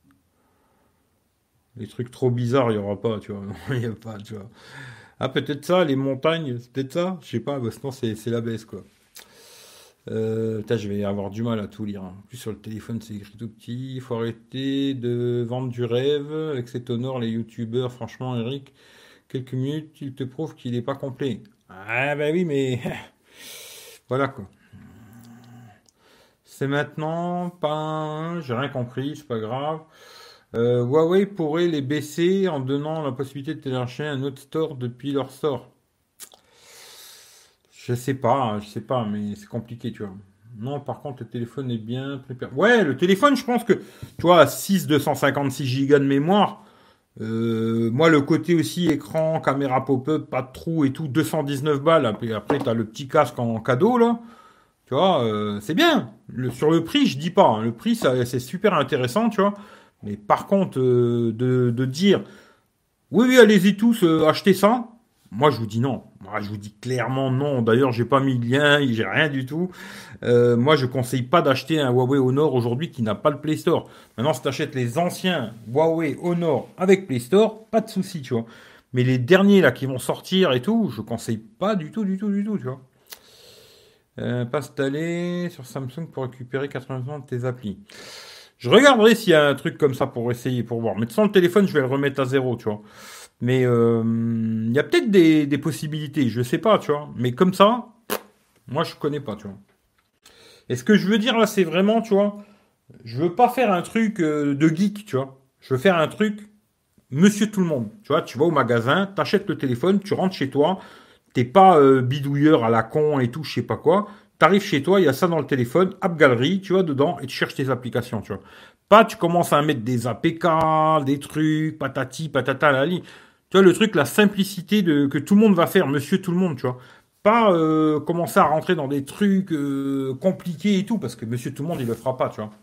Les trucs trop bizarres, il n'y aura pas, tu vois. Il n'y a pas, tu vois. Ah, peut-être ça, les montagnes, c'est peut-être ça. Je sais pas, bah, sinon c'est c'est la baisse, quoi. Euh, putain, je vais avoir du mal à tout lire. Hein. En plus, sur le téléphone, c'est écrit tout petit. Il faut arrêter de vendre du rêve. Avec cet honneur, les youtubeurs, franchement, Eric, quelques minutes, il te prouve qu'il n'est pas complet. Ah, bah oui, mais voilà quoi. C'est maintenant, pas un, j'ai rien compris, c'est pas grave. Euh, Huawei pourrait les baisser en donnant la possibilité de télécharger un autre store depuis leur store. Je sais pas, hein, je sais pas, mais c'est compliqué, tu vois. Non, par contre, le téléphone est bien préparé. Ouais, le téléphone, je pense que, tu vois, six, deux cent cinquante-six gigas de mémoire. Euh, moi, le côté aussi écran, caméra pop-up, pas de trou et tout, deux cent dix-neuf balles. Après, après t'as le petit casque en cadeau, là. Tu vois, euh, c'est bien. Le, sur le prix, je dis pas. Hein. Le prix, ça, c'est super intéressant, tu vois. Mais par contre, euh, de, de dire, oui, oui, allez-y tous, euh, achetez ça. Moi, je vous dis non. Moi, je vous dis clairement non. D'ailleurs, j'ai pas mis le lien, j'ai rien du tout. Euh, moi, je conseille pas d'acheter un Huawei Honor aujourd'hui qui n'a pas le Play Store. Maintenant, si tu achètes les anciens Huawei Honor avec Play Store, pas de souci, tu vois. Mais les derniers là qui vont sortir et tout, je conseille pas du tout, du tout, du tout, tu vois. Euh, pas installé sur Samsung pour récupérer quatre-vingts pour cent de tes applis. Je regarderai s'il y a un truc comme ça pour essayer, pour voir. Mais sans le téléphone, je vais le remettre à zéro, tu vois. Mais euh, il y a peut-être des, des possibilités, je sais pas, tu vois. Mais comme ça, moi, je connais pas, tu vois. Et ce que je veux dire là, c'est vraiment, tu vois, je veux pas faire un truc euh, de geek, tu vois. Je veux faire un truc monsieur tout le monde. Tu vois, tu vas au magasin, t'achètes le téléphone, tu rentres chez toi, t'es pas euh, bidouilleur à la con et tout, je sais pas quoi. T'arrives chez toi, il y a ça dans le téléphone, App Gallery, tu vas dedans et tu cherches tes applications, tu vois. Pas tu commences à mettre des A P K, des trucs, patati, patata, lali. Tu vois, le truc, la simplicité de que tout le monde va faire, monsieur tout le monde, tu vois. Pas euh, commencer à rentrer dans des trucs euh, compliqués et tout, parce que monsieur tout le monde, il le fera pas, tu vois.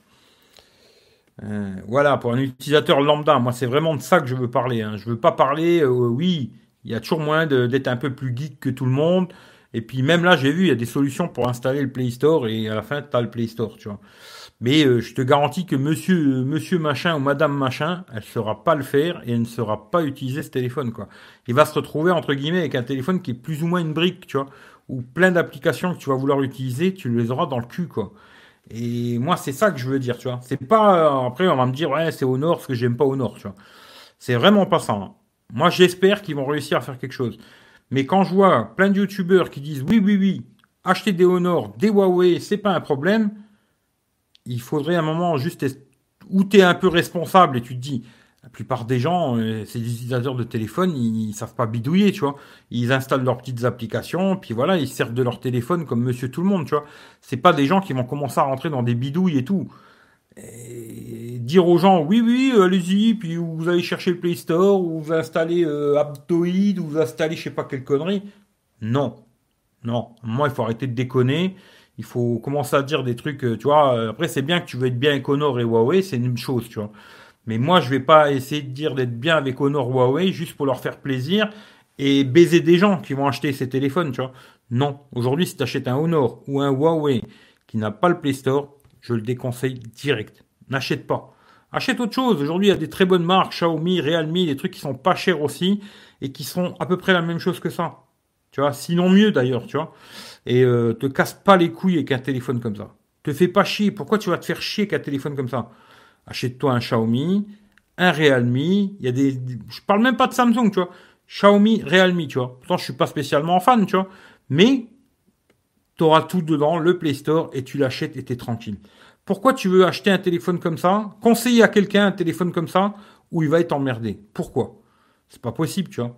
Euh, voilà, pour un utilisateur lambda, moi c'est vraiment de ça que je veux parler. Hein. Je veux pas parler, euh, oui, il y a toujours moyen de- d'être un peu plus geek que tout le monde. Et puis même là, j'ai vu, il y a des solutions pour installer le Play Store et à la fin, tu as le Play Store, tu vois. Mais euh, je te garantis que monsieur, euh, monsieur machin ou madame machin, elle ne saura pas le faire et elle ne saura pas utiliser ce téléphone, quoi. Il va se retrouver, entre guillemets, avec un téléphone qui est plus ou moins une brique, tu vois, ou plein d'applications que tu vas vouloir utiliser, tu les auras dans le cul, quoi. Et moi, c'est ça que je veux dire, tu vois. C'est pas, euh, après, on va me dire, ouais, c'est Honor, parce que j'aime pas Honor, tu vois. C'est vraiment pas ça. Hein. Moi, j'espère qu'ils vont réussir à faire quelque chose. Mais quand je vois plein de youtubeurs qui disent, oui, oui, oui, acheter des Honor, des Huawei, c'est pas un problème, il faudrait un moment juste est- où tu es un peu responsable et tu te dis, la plupart des gens, euh, c'est des utilisateurs de téléphone, ils, ils savent pas bidouiller, tu vois. Ils installent leurs petites applications, puis voilà, ils servent de leur téléphone comme monsieur tout le monde, tu vois. C'est pas des gens qui vont commencer à rentrer dans des bidouilles et tout. Et dire aux gens, oui, oui, euh, allez-y, puis vous allez chercher le Play Store, ou vous installez euh, Aptoid, ou vous installez je sais pas quelle connerie. Non. Non, moi, il faut arrêter de déconner. Il faut commencer à dire des trucs, euh, tu vois. euh, Après, c'est bien que tu veux être bien avec Honor et Huawei, c'est une chose, tu vois. Mais moi, je vais pas essayer de dire d'être bien avec Honor ou Huawei juste pour leur faire plaisir et baiser des gens qui vont acheter ces téléphones, tu vois. Non, aujourd'hui, si tu achètes un Honor ou un Huawei qui n'a pas le Play Store, je le déconseille direct. N'achète pas. Achète autre chose. Aujourd'hui, il y a des très bonnes marques, Xiaomi, Realme, des trucs qui sont pas chers aussi et qui sont à peu près la même chose que ça. Tu vois, sinon mieux d'ailleurs, tu vois. Et euh, te casse pas les couilles avec un téléphone comme ça. Te fais pas chier. Pourquoi tu vas te faire chier avec un téléphone comme ça? Achète-toi un Xiaomi, un Realme. Il y a des, je parle même pas de Samsung, tu vois. Xiaomi, Realme, tu vois. Pourtant, je suis pas spécialement fan, tu vois. Mais tu auras tout dedans, le Play Store, et tu l'achètes et t'es tranquille. Pourquoi tu veux acheter un téléphone comme ça? Conseiller à quelqu'un un téléphone comme ça où il va être emmerdé. Pourquoi? C'est pas possible, tu vois.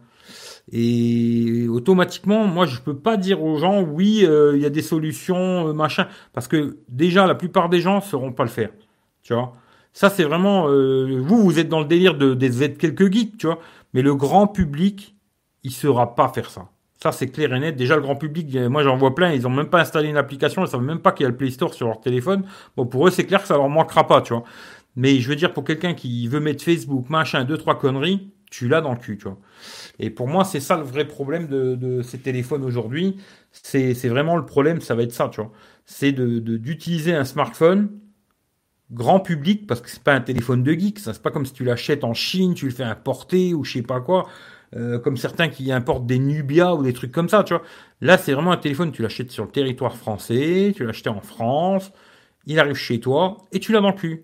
Et automatiquement, moi, je peux pas dire aux gens, oui, euh, il y a des solutions, euh, machin, parce que déjà, la plupart des gens sauront pas le faire, tu vois. Ça, c'est vraiment, euh, vous, vous êtes dans le délire de, d'être quelques geeks, tu vois, mais le grand public, il saura pas faire ça. Ça, c'est clair et net. Déjà, le grand public, euh, moi, j'en vois plein, ils ont même pas installé une application, ils savent même pas qu'il y a le Play Store sur leur téléphone. Bon, pour eux, c'est clair que ça leur manquera pas, tu vois. Mais je veux dire, pour quelqu'un qui veut mettre Facebook, machin, deux, trois conneries, tu l'as dans le cul, tu vois. Et pour moi, c'est ça le vrai problème de, de ces téléphones aujourd'hui. C'est, c'est vraiment le problème, ça va être ça, tu vois. C'est de, de- d'utiliser un smartphone grand public, parce que c'est pas un téléphone de geek, ça c'est pas comme si tu l'achètes en Chine, tu le fais importer ou je sais pas quoi, euh, comme certains qui importent des Nubia ou des trucs comme ça, tu vois. Là, c'est vraiment un téléphone, tu l'achètes sur le territoire français, tu l'as acheté en France, il arrive chez toi et tu l'as dans le cul.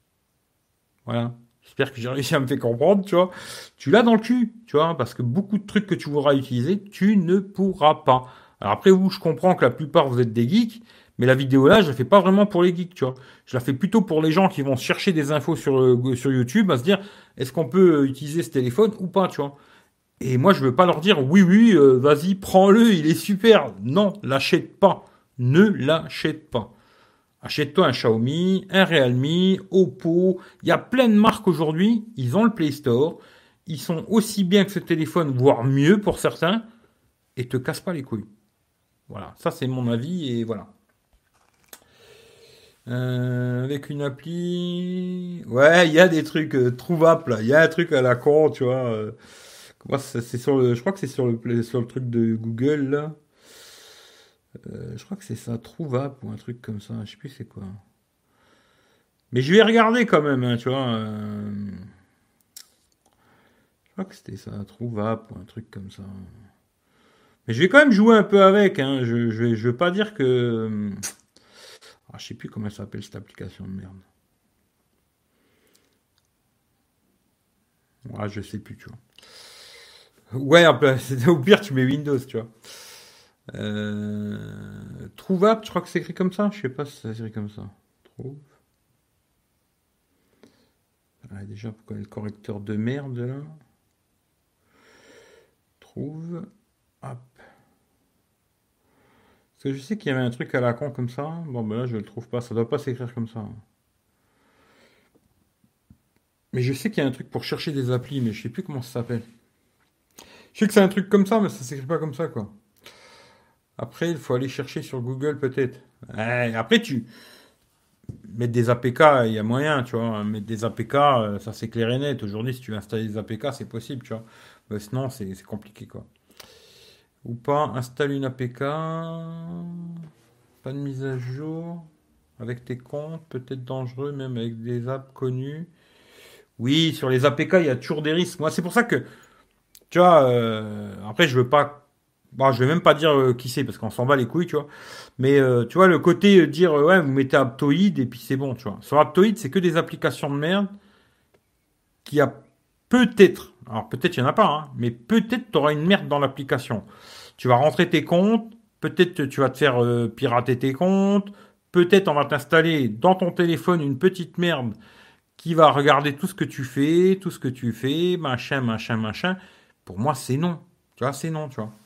Voilà. J'espère que j'ai réussi à me faire comprendre, tu vois. Tu l'as dans le cul, tu vois, parce que beaucoup de trucs que tu voudras utiliser, tu ne pourras pas. Alors après, vous, je comprends que la plupart, vous êtes des geeks, mais la vidéo là, je la fais pas vraiment pour les geeks, tu vois. Je la fais plutôt pour les gens qui vont chercher des infos sur, euh, sur YouTube, à se dire, est-ce qu'on peut euh, utiliser ce téléphone ou pas, tu vois. Et moi, je veux pas leur dire, oui, oui, euh, vas-y, prends-le, il est super. Non, l'achète pas. Ne l'achète pas. Achète-toi un Xiaomi, un Realme, Oppo. Il y a plein de marques aujourd'hui. Ils ont le Play Store. Ils sont aussi bien que ce téléphone, voire mieux pour certains. Et te casse pas les couilles. Voilà. Ça, c'est mon avis. Et voilà. Euh, avec une appli. Ouais, il y a des trucs euh, trouvables là. Il y a un truc à la con, tu vois. euh. Comment ça, c'est sur le, je crois que c'est sur le, Play- sur le truc de Google là. Euh, je crois que c'est ça, trouvable ou un truc comme ça. Je sais plus c'est quoi. Mais je vais regarder quand même, hein, tu vois. euh. Je crois que c'était ça, trouvable ou un truc comme ça. Mais je vais quand même jouer un peu avec. Hein. Je, je, vais, je veux pas dire que... Ah, je sais plus comment elle s'appelle cette application de merde. Ah, je sais plus, tu vois. Ouais, au pire, tu mets Windows, tu vois. Euh... Trouvable, je crois que c'est écrit comme ça. Je sais pas si c'est écrit comme ça. Trouve. Ah, déjà, pourquoi le correcteur de merde là. Trouve. Hop. Parce que je sais qu'il y avait un truc à la con comme ça. Bon, ben là, je le trouve pas. Ça doit pas s'écrire comme ça. Mais je sais qu'il y a un truc pour chercher des applis, mais je sais plus comment ça s'appelle. Je sais que c'est un truc comme ça, mais ça s'écrit pas comme ça, quoi. Après, il faut aller chercher sur Google, peut-être. Ouais, après, tu... Mettre des A P K, il y a moyen, tu vois. Mettre des A P K, euh, ça c'est clair et net. Aujourd'hui, si tu veux installer des A P K, c'est possible, tu vois. Mais sinon, c'est c'est compliqué, quoi. Ou pas, installe une A P K. Pas de mise à jour. Avec tes comptes, peut-être dangereux, même avec des apps connues. Oui, sur les A P K, il y a toujours des risques. Moi, c'est pour ça que, tu vois, euh, après, je veux pas. Bon, je vais même pas dire euh, qui c'est, parce qu'on s'en bat les couilles, tu vois. Mais, euh, tu vois, le côté euh, dire, euh, ouais, vous mettez Aptoide, et puis c'est bon, tu vois. Sur Aptoide, c'est que des applications de merde qui a peut-être, alors peut-être il n'y en a pas, hein, mais peut-être tu auras une merde dans l'application. Tu vas rentrer tes comptes, peut-être tu vas te faire euh, pirater tes comptes, peut-être on va t'installer dans ton téléphone une petite merde qui va regarder tout ce que tu fais, tout ce que tu fais, machin, machin, machin. Pour moi, c'est non. Tu vois, c'est non, tu vois.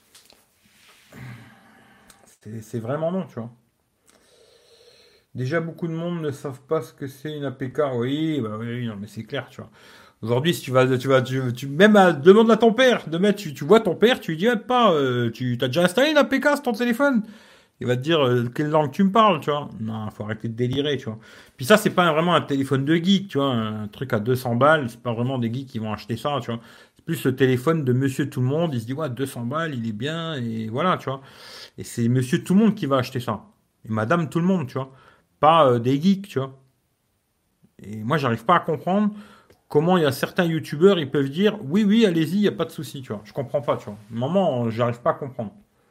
C'est c'est vraiment non, tu vois. Déjà, beaucoup de monde ne savent pas ce que c'est une A P K. Oui, bah oui, oui, non, mais c'est clair, tu vois. Aujourd'hui, si tu vas, tu vas, tu, tu- même à, demande à ton père de mettre, tu, tu vois ton père, tu lui dis, ah, pas, euh, tu t'as déjà installé une A P K sur ton téléphone? Il va te dire, euh, quelle langue tu me parles, tu vois. Non, faut arrêter de délirer, tu vois. Puis ça, c'est pas vraiment un téléphone de geek, tu vois. Un truc à deux cents balles, c'est pas vraiment des geeks qui vont acheter ça, tu vois. C'est plus le téléphone de monsieur tout le monde. Il se dit, ouais, deux cents balles, il est bien, et voilà, tu vois. Et c'est monsieur tout le monde qui va acheter ça. Et madame tout le monde, tu vois. Pas euh, des geeks, tu vois. Et moi, j'arrive pas à comprendre comment il y a certains youtubeurs, ils peuvent dire oui, oui, allez-y, il n'y a pas de souci, tu vois. Je comprends pas, tu vois. Maman, j'arrive pas à comprendre.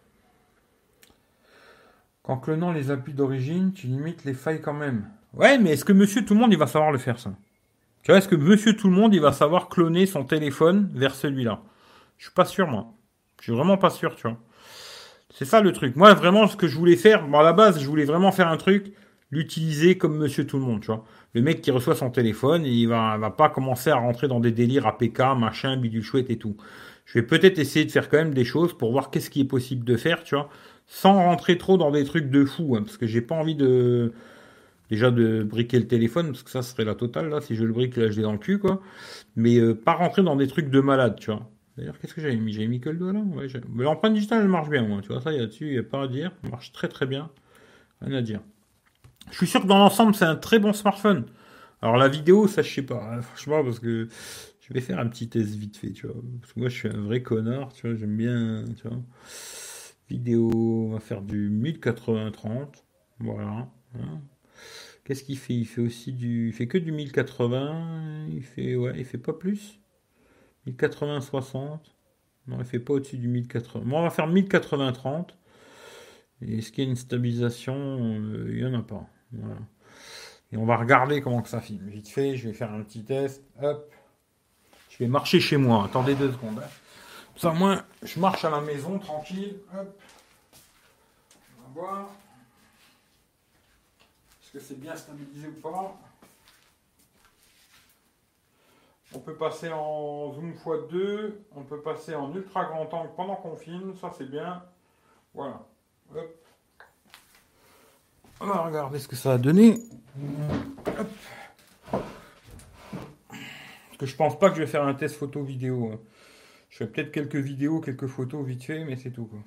Qu'en clonant les applis d'origine, tu limites les failles quand même. Ouais, mais est-ce que monsieur tout le monde, il va savoir le faire, ça? Tu vois, est-ce que monsieur tout le monde, il va savoir cloner son téléphone vers celui-là? Je suis pas sûr, moi. Je suis vraiment pas sûr, tu vois. C'est ça le truc. Moi, vraiment, ce que je voulais faire, bon, à la base, je voulais vraiment faire un truc, l'utiliser comme monsieur tout le monde, tu vois. Le mec qui reçoit son téléphone, il va, va pas commencer à rentrer dans des délires A P K, machin, bidule chouette et tout. Je vais peut-être essayer de faire quand même des choses pour voir qu'est-ce qui est possible de faire, tu vois, sans rentrer trop dans des trucs de fou, hein, parce que j'ai pas envie de, déjà de briquer le téléphone, parce que ça serait la totale, là, si je le brique, là, je l'ai dans le cul, quoi. Mais euh, pas rentrer dans des trucs de malade, tu vois. D'ailleurs, qu'est-ce que j'avais mis? J'avais mis que le doigt là, ouais, j'ai- Mais l'empreinte digitale, elle marche bien, moi. Tu vois, ça, il y a dessus, il n'y a pas à dire. Elle marche très très bien. Rien à dire. Je suis sûr que dans l'ensemble, c'est un très bon smartphone. Alors, la vidéo, ça, je sais pas, hein, franchement, parce que je vais faire un petit test vite fait, tu vois. Parce que moi, je suis un vrai connard, tu vois, j'aime bien, tu vois. Vidéo, on va faire du mille quatre-vingts trente. Voilà. Hein. Qu'est-ce qu'il fait? Il fait aussi du. Il fait que du mille quatre-vingts. Il fait. Ouais, il fait pas plus. mille quatre-vingts soixante. Non, il fait pas au-dessus du mille quatre-vingts. Bon, on va faire mille quatre-vingts trente. Et est-ce qu'il y a une stabilisation? Euh, Il n'y en a pas. Voilà. Et on va regarder comment que ça filme. Vite fait, je vais faire un petit test. Hop. Je vais marcher chez moi. Attendez deux secondes. Hein. Ça, moi, je marche à la maison, tranquille. Hop. On va voir. Est-ce que c'est bien stabilisé ou pas? On peut passer en zoom fois deux. On peut passer en ultra grand angle pendant qu'on filme. Ça, c'est bien. Voilà. Hop. On va regarder ce que ça a donné. Hop. Parce que je pense pas que je vais faire un test photo vidéo. Hein. Je ferai peut-être quelques vidéos, quelques photos vite fait, mais c'est tout quoi.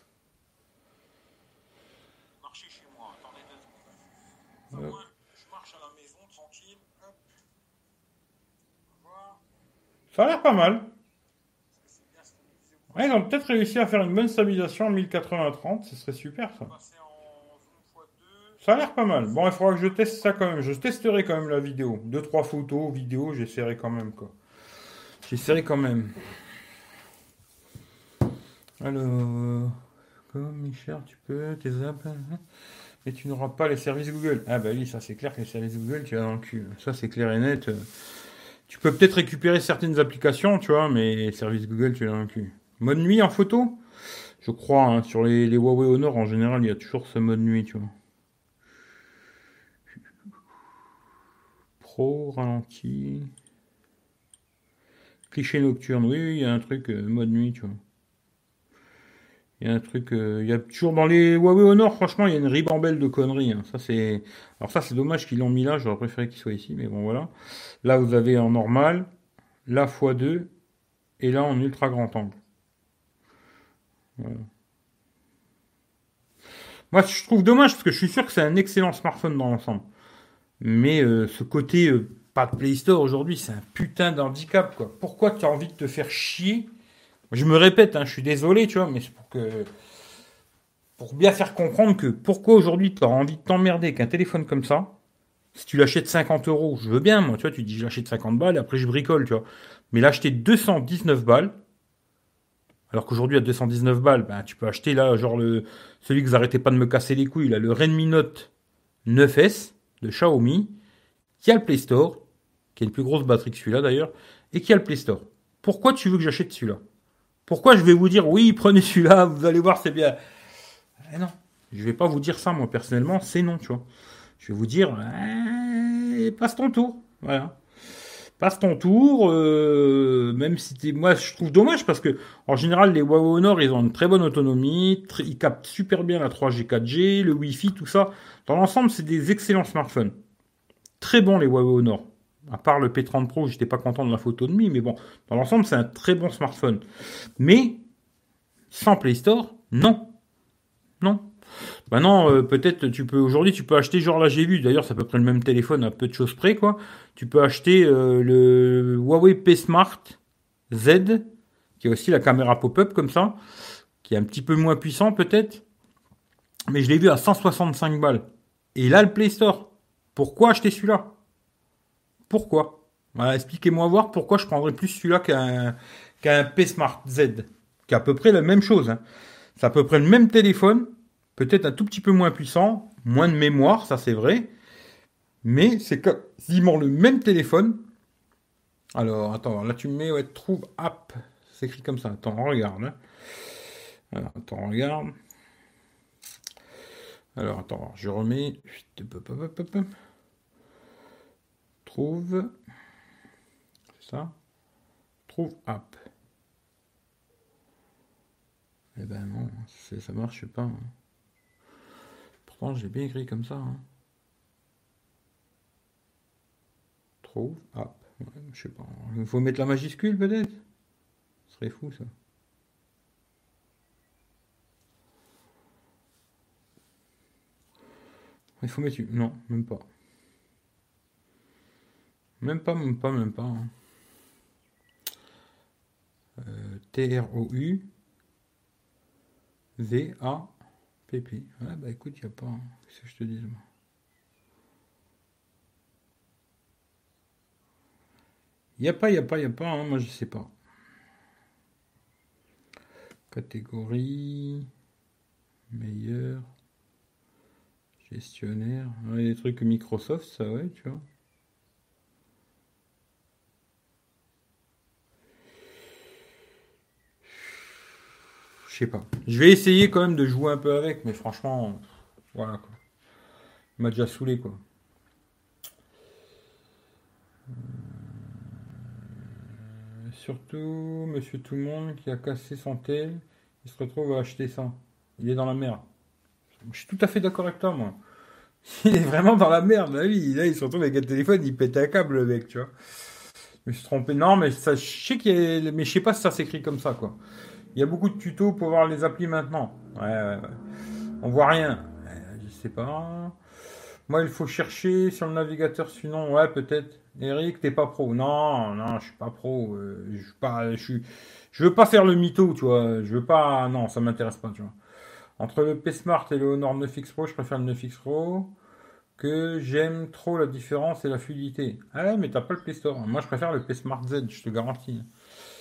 Marcher chez moi, attendez deux secondes. Enfin, moi, je marche à la maison tranquille. Hop. Voilà. Ça a l'air pas mal. Ouais, ils ont peut-être réussi à faire une bonne stabilisation en mille quatre-vingts trente, ce serait super ça. Ça a l'air pas mal. Bon, il faudra que je teste ça quand même. Je testerai quand même la vidéo. Deux, trois photos, vidéos, j'essaierai quand même quoi. J'essaierai quand même. Alors, comme Michel, tu peux, tes apps, hein, mais tu n'auras pas les services Google. Ah bah oui, ça c'est clair que les services Google, tu as dans le cul. Ça c'est clair et net. Tu peux peut-être récupérer certaines applications, tu vois, mais les services Google, tu as dans le cul. Mode nuit en photo? Je crois, hein, sur les, les Huawei Honor, en général, il y a toujours ce mode nuit, tu vois. Pro, ralenti. Cliché nocturne, oui, oui, il y a un truc euh, mode nuit, tu vois. Il y a un truc, euh, il y a toujours dans les Huawei Honor, franchement, il y a une ribambelle de conneries, hein. Ça c'est, alors ça c'est dommage qu'ils l'ont mis là. J'aurais préféré qu'il soit ici, mais bon voilà. Là vous avez en normal, là fois deux et là en ultra grand angle. Voilà. Moi je trouve dommage parce que je suis sûr que c'est un excellent smartphone dans l'ensemble. Mais euh, ce côté euh, pas de Play Store aujourd'hui, c'est un putain d'handicap quoi. Pourquoi tu as envie de te faire chier? Je me répète, hein, je suis désolé, tu vois, mais c'est pour que pour bien faire comprendre que pourquoi aujourd'hui tu as envie de t'emmerder qu'un téléphone comme ça, si tu l'achètes cinquante euros, je veux bien, moi, tu vois, tu dis j'achète cinquante balles et après je bricole, tu vois. Mais l'acheter deux cent dix-neuf balles, alors qu'aujourd'hui à deux cent dix-neuf balles, ben, tu peux acheter là, genre le, celui que vous arrêtez pas de me casser les couilles, là, le Redmi Note neuf S de Xiaomi, qui a le Play Store, qui a une plus grosse batterie que celui-là d'ailleurs, et qui a le Play Store. Pourquoi tu veux que j'achète celui-là? Pourquoi je vais vous dire oui, prenez celui-là, vous allez voir, c'est bien. Eh non, je vais pas vous dire ça, moi, personnellement, c'est non, tu vois. Je vais vous dire, eh, passe ton tour. Voilà. Passe ton tour, euh, même si t'es, moi, je trouve dommage parce que, en général, les Huawei Honor, ils ont une très bonne autonomie, très- ils captent super bien la trois G, quatre G, le Wi-Fi, tout ça. Dans l'ensemble, c'est des excellents smartphones. Très bons, les Huawei Honor. À part le P trente Pro, j'étais pas content de la photo de mi, mais bon, dans l'ensemble, c'est un très bon smartphone. Mais, sans Play Store, non. Non. Maintenant, euh, peut-être tu peux aujourd'hui tu peux acheter genre là j'ai vu d'ailleurs c'est à peu près le même téléphone à peu de choses près quoi. Tu peux acheter euh, le Huawei P Smart Z qui a aussi la caméra pop-up comme ça, qui est un petit peu moins puissant peut-être, mais je l'ai vu à cent soixante-cinq balles. Et là le Play Store. Pourquoi acheter celui-là? Pourquoi? Voilà, expliquez-moi voir pourquoi je prendrais plus celui-là qu'un qu'un P Smart Z qui est à peu près la même chose, hein. C'est à peu près le même téléphone, peut-être un tout petit peu moins puissant, moins de mémoire, ça c'est vrai, mais c'est quasiment le même téléphone. Alors, attends, là tu me mets, ouais, trouve app, c'est écrit comme ça. Attends, on regarde, hein. Alors, attends, on regarde. Alors, attends, je remets. Trouve. C'est ça. Trouve app. Eh ben non, c'est- ça marche pas, hein. Pourtant, j'ai bien écrit comme ça, hein. Trouve app. Ouais, je sais pas. Il faut mettre la majuscule peut-être. Ce serait fou ça. Il faut mettre. une- Non, même pas. Même pas, même pas, même pas, hein. Euh, T R O U V A P P. Ouais, bah écoute, il n'y a pas, hein. Qu'est-ce que je te dis, moi. Il n'y a pas, il n'y a pas, il n'y a pas, hein. Moi je sais pas. Catégorie. Meilleur. Gestionnaire. Ouais, des trucs Microsoft, ça, ouais, tu vois. Je sais pas. Je vais essayer quand même de jouer un peu avec, mais franchement, voilà quoi. Il m'a déjà saoulé quoi. Surtout, monsieur tout le monde qui a cassé son tel, il se retrouve à acheter ça. Il est dans la merde. Je suis tout à fait d'accord avec toi, moi. Il est vraiment dans la merde, là, oui. Là, il se retrouve avec un téléphone, il pète un câble, le mec, tu vois. Je me suis trompé. Non, mais ça, je sais qu'il y a, mais je sais pas si ça s'écrit comme ça, quoi. Il y a beaucoup de tutos pour voir les applis maintenant. Ouais, ouais, ouais. On voit rien. Euh, Je sais pas. Moi, il faut chercher sur le navigateur, sinon, ouais, peut-être. Eric, t'es pas pro. Non, non, je suis pas pro. euh, je suis pas, je suis, je veux pas faire le mytho, tu vois. Je veux pas, non, ça m'intéresse pas, tu vois. Entre le P Smart et le Honor neuf X Pro, je préfère le neuf X Pro. Que j'aime trop la différence et la fluidité. Ah ouais, mais t'as pas le Play Store. Moi, je préfère le P Smart Z, je te garantis.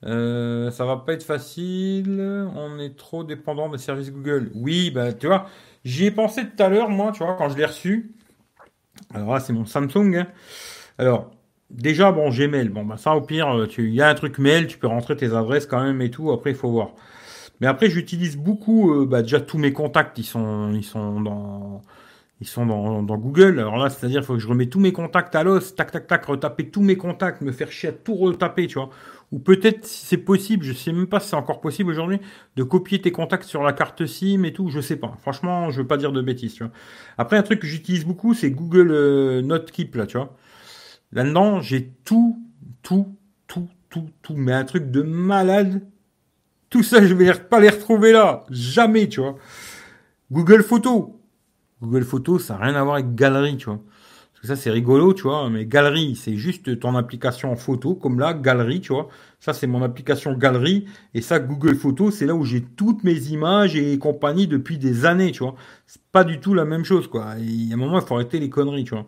Euh, ça va pas être facile. On est trop dépendant des services Google. Oui, bah tu vois, j'y ai pensé tout à l'heure, moi, tu vois, quand je l'ai reçu. Alors là, c'est mon Samsung, hein. Alors, déjà, bon, Gmail. Bon, bah ça, au pire, euh, tu, il y a un truc mail, tu peux rentrer tes adresses quand même et tout. Après, il faut voir. Mais après, j'utilise beaucoup, euh, bah, déjà tous mes contacts, ils sont, ils sont dans, ils sont dans, dans Google. Alors là, c'est-à-dire, il faut que je remets tous mes contacts à l'os, tac, tac, tac, retaper tous mes contacts, me faire chier à tout retaper, tu vois. Ou peut-être, si c'est possible, je sais même pas si c'est encore possible aujourd'hui, de copier tes contacts sur la carte SIM et tout, je sais pas. Franchement, je veux pas dire de bêtises, tu vois. Après, un truc que j'utilise beaucoup, c'est Google euh, Note Keep, là, tu vois. Là-dedans, j'ai tout, tout, tout, tout, tout, mais un truc de malade. Tout ça, je vais pas les retrouver là. Jamais, tu vois. Google Photos. Google Photos, ça n'a rien à voir avec Galerie, tu vois. Parce que ça, c'est rigolo, tu vois. Mais Galerie, c'est juste ton application en photo. Comme là, Galerie, tu vois. Ça, c'est mon application Galerie. Et ça, Google Photos, c'est là où j'ai toutes mes images et compagnie depuis des années, tu vois. C'est pas du tout la même chose, quoi. Et il y a un moment, il faut arrêter les conneries, tu vois.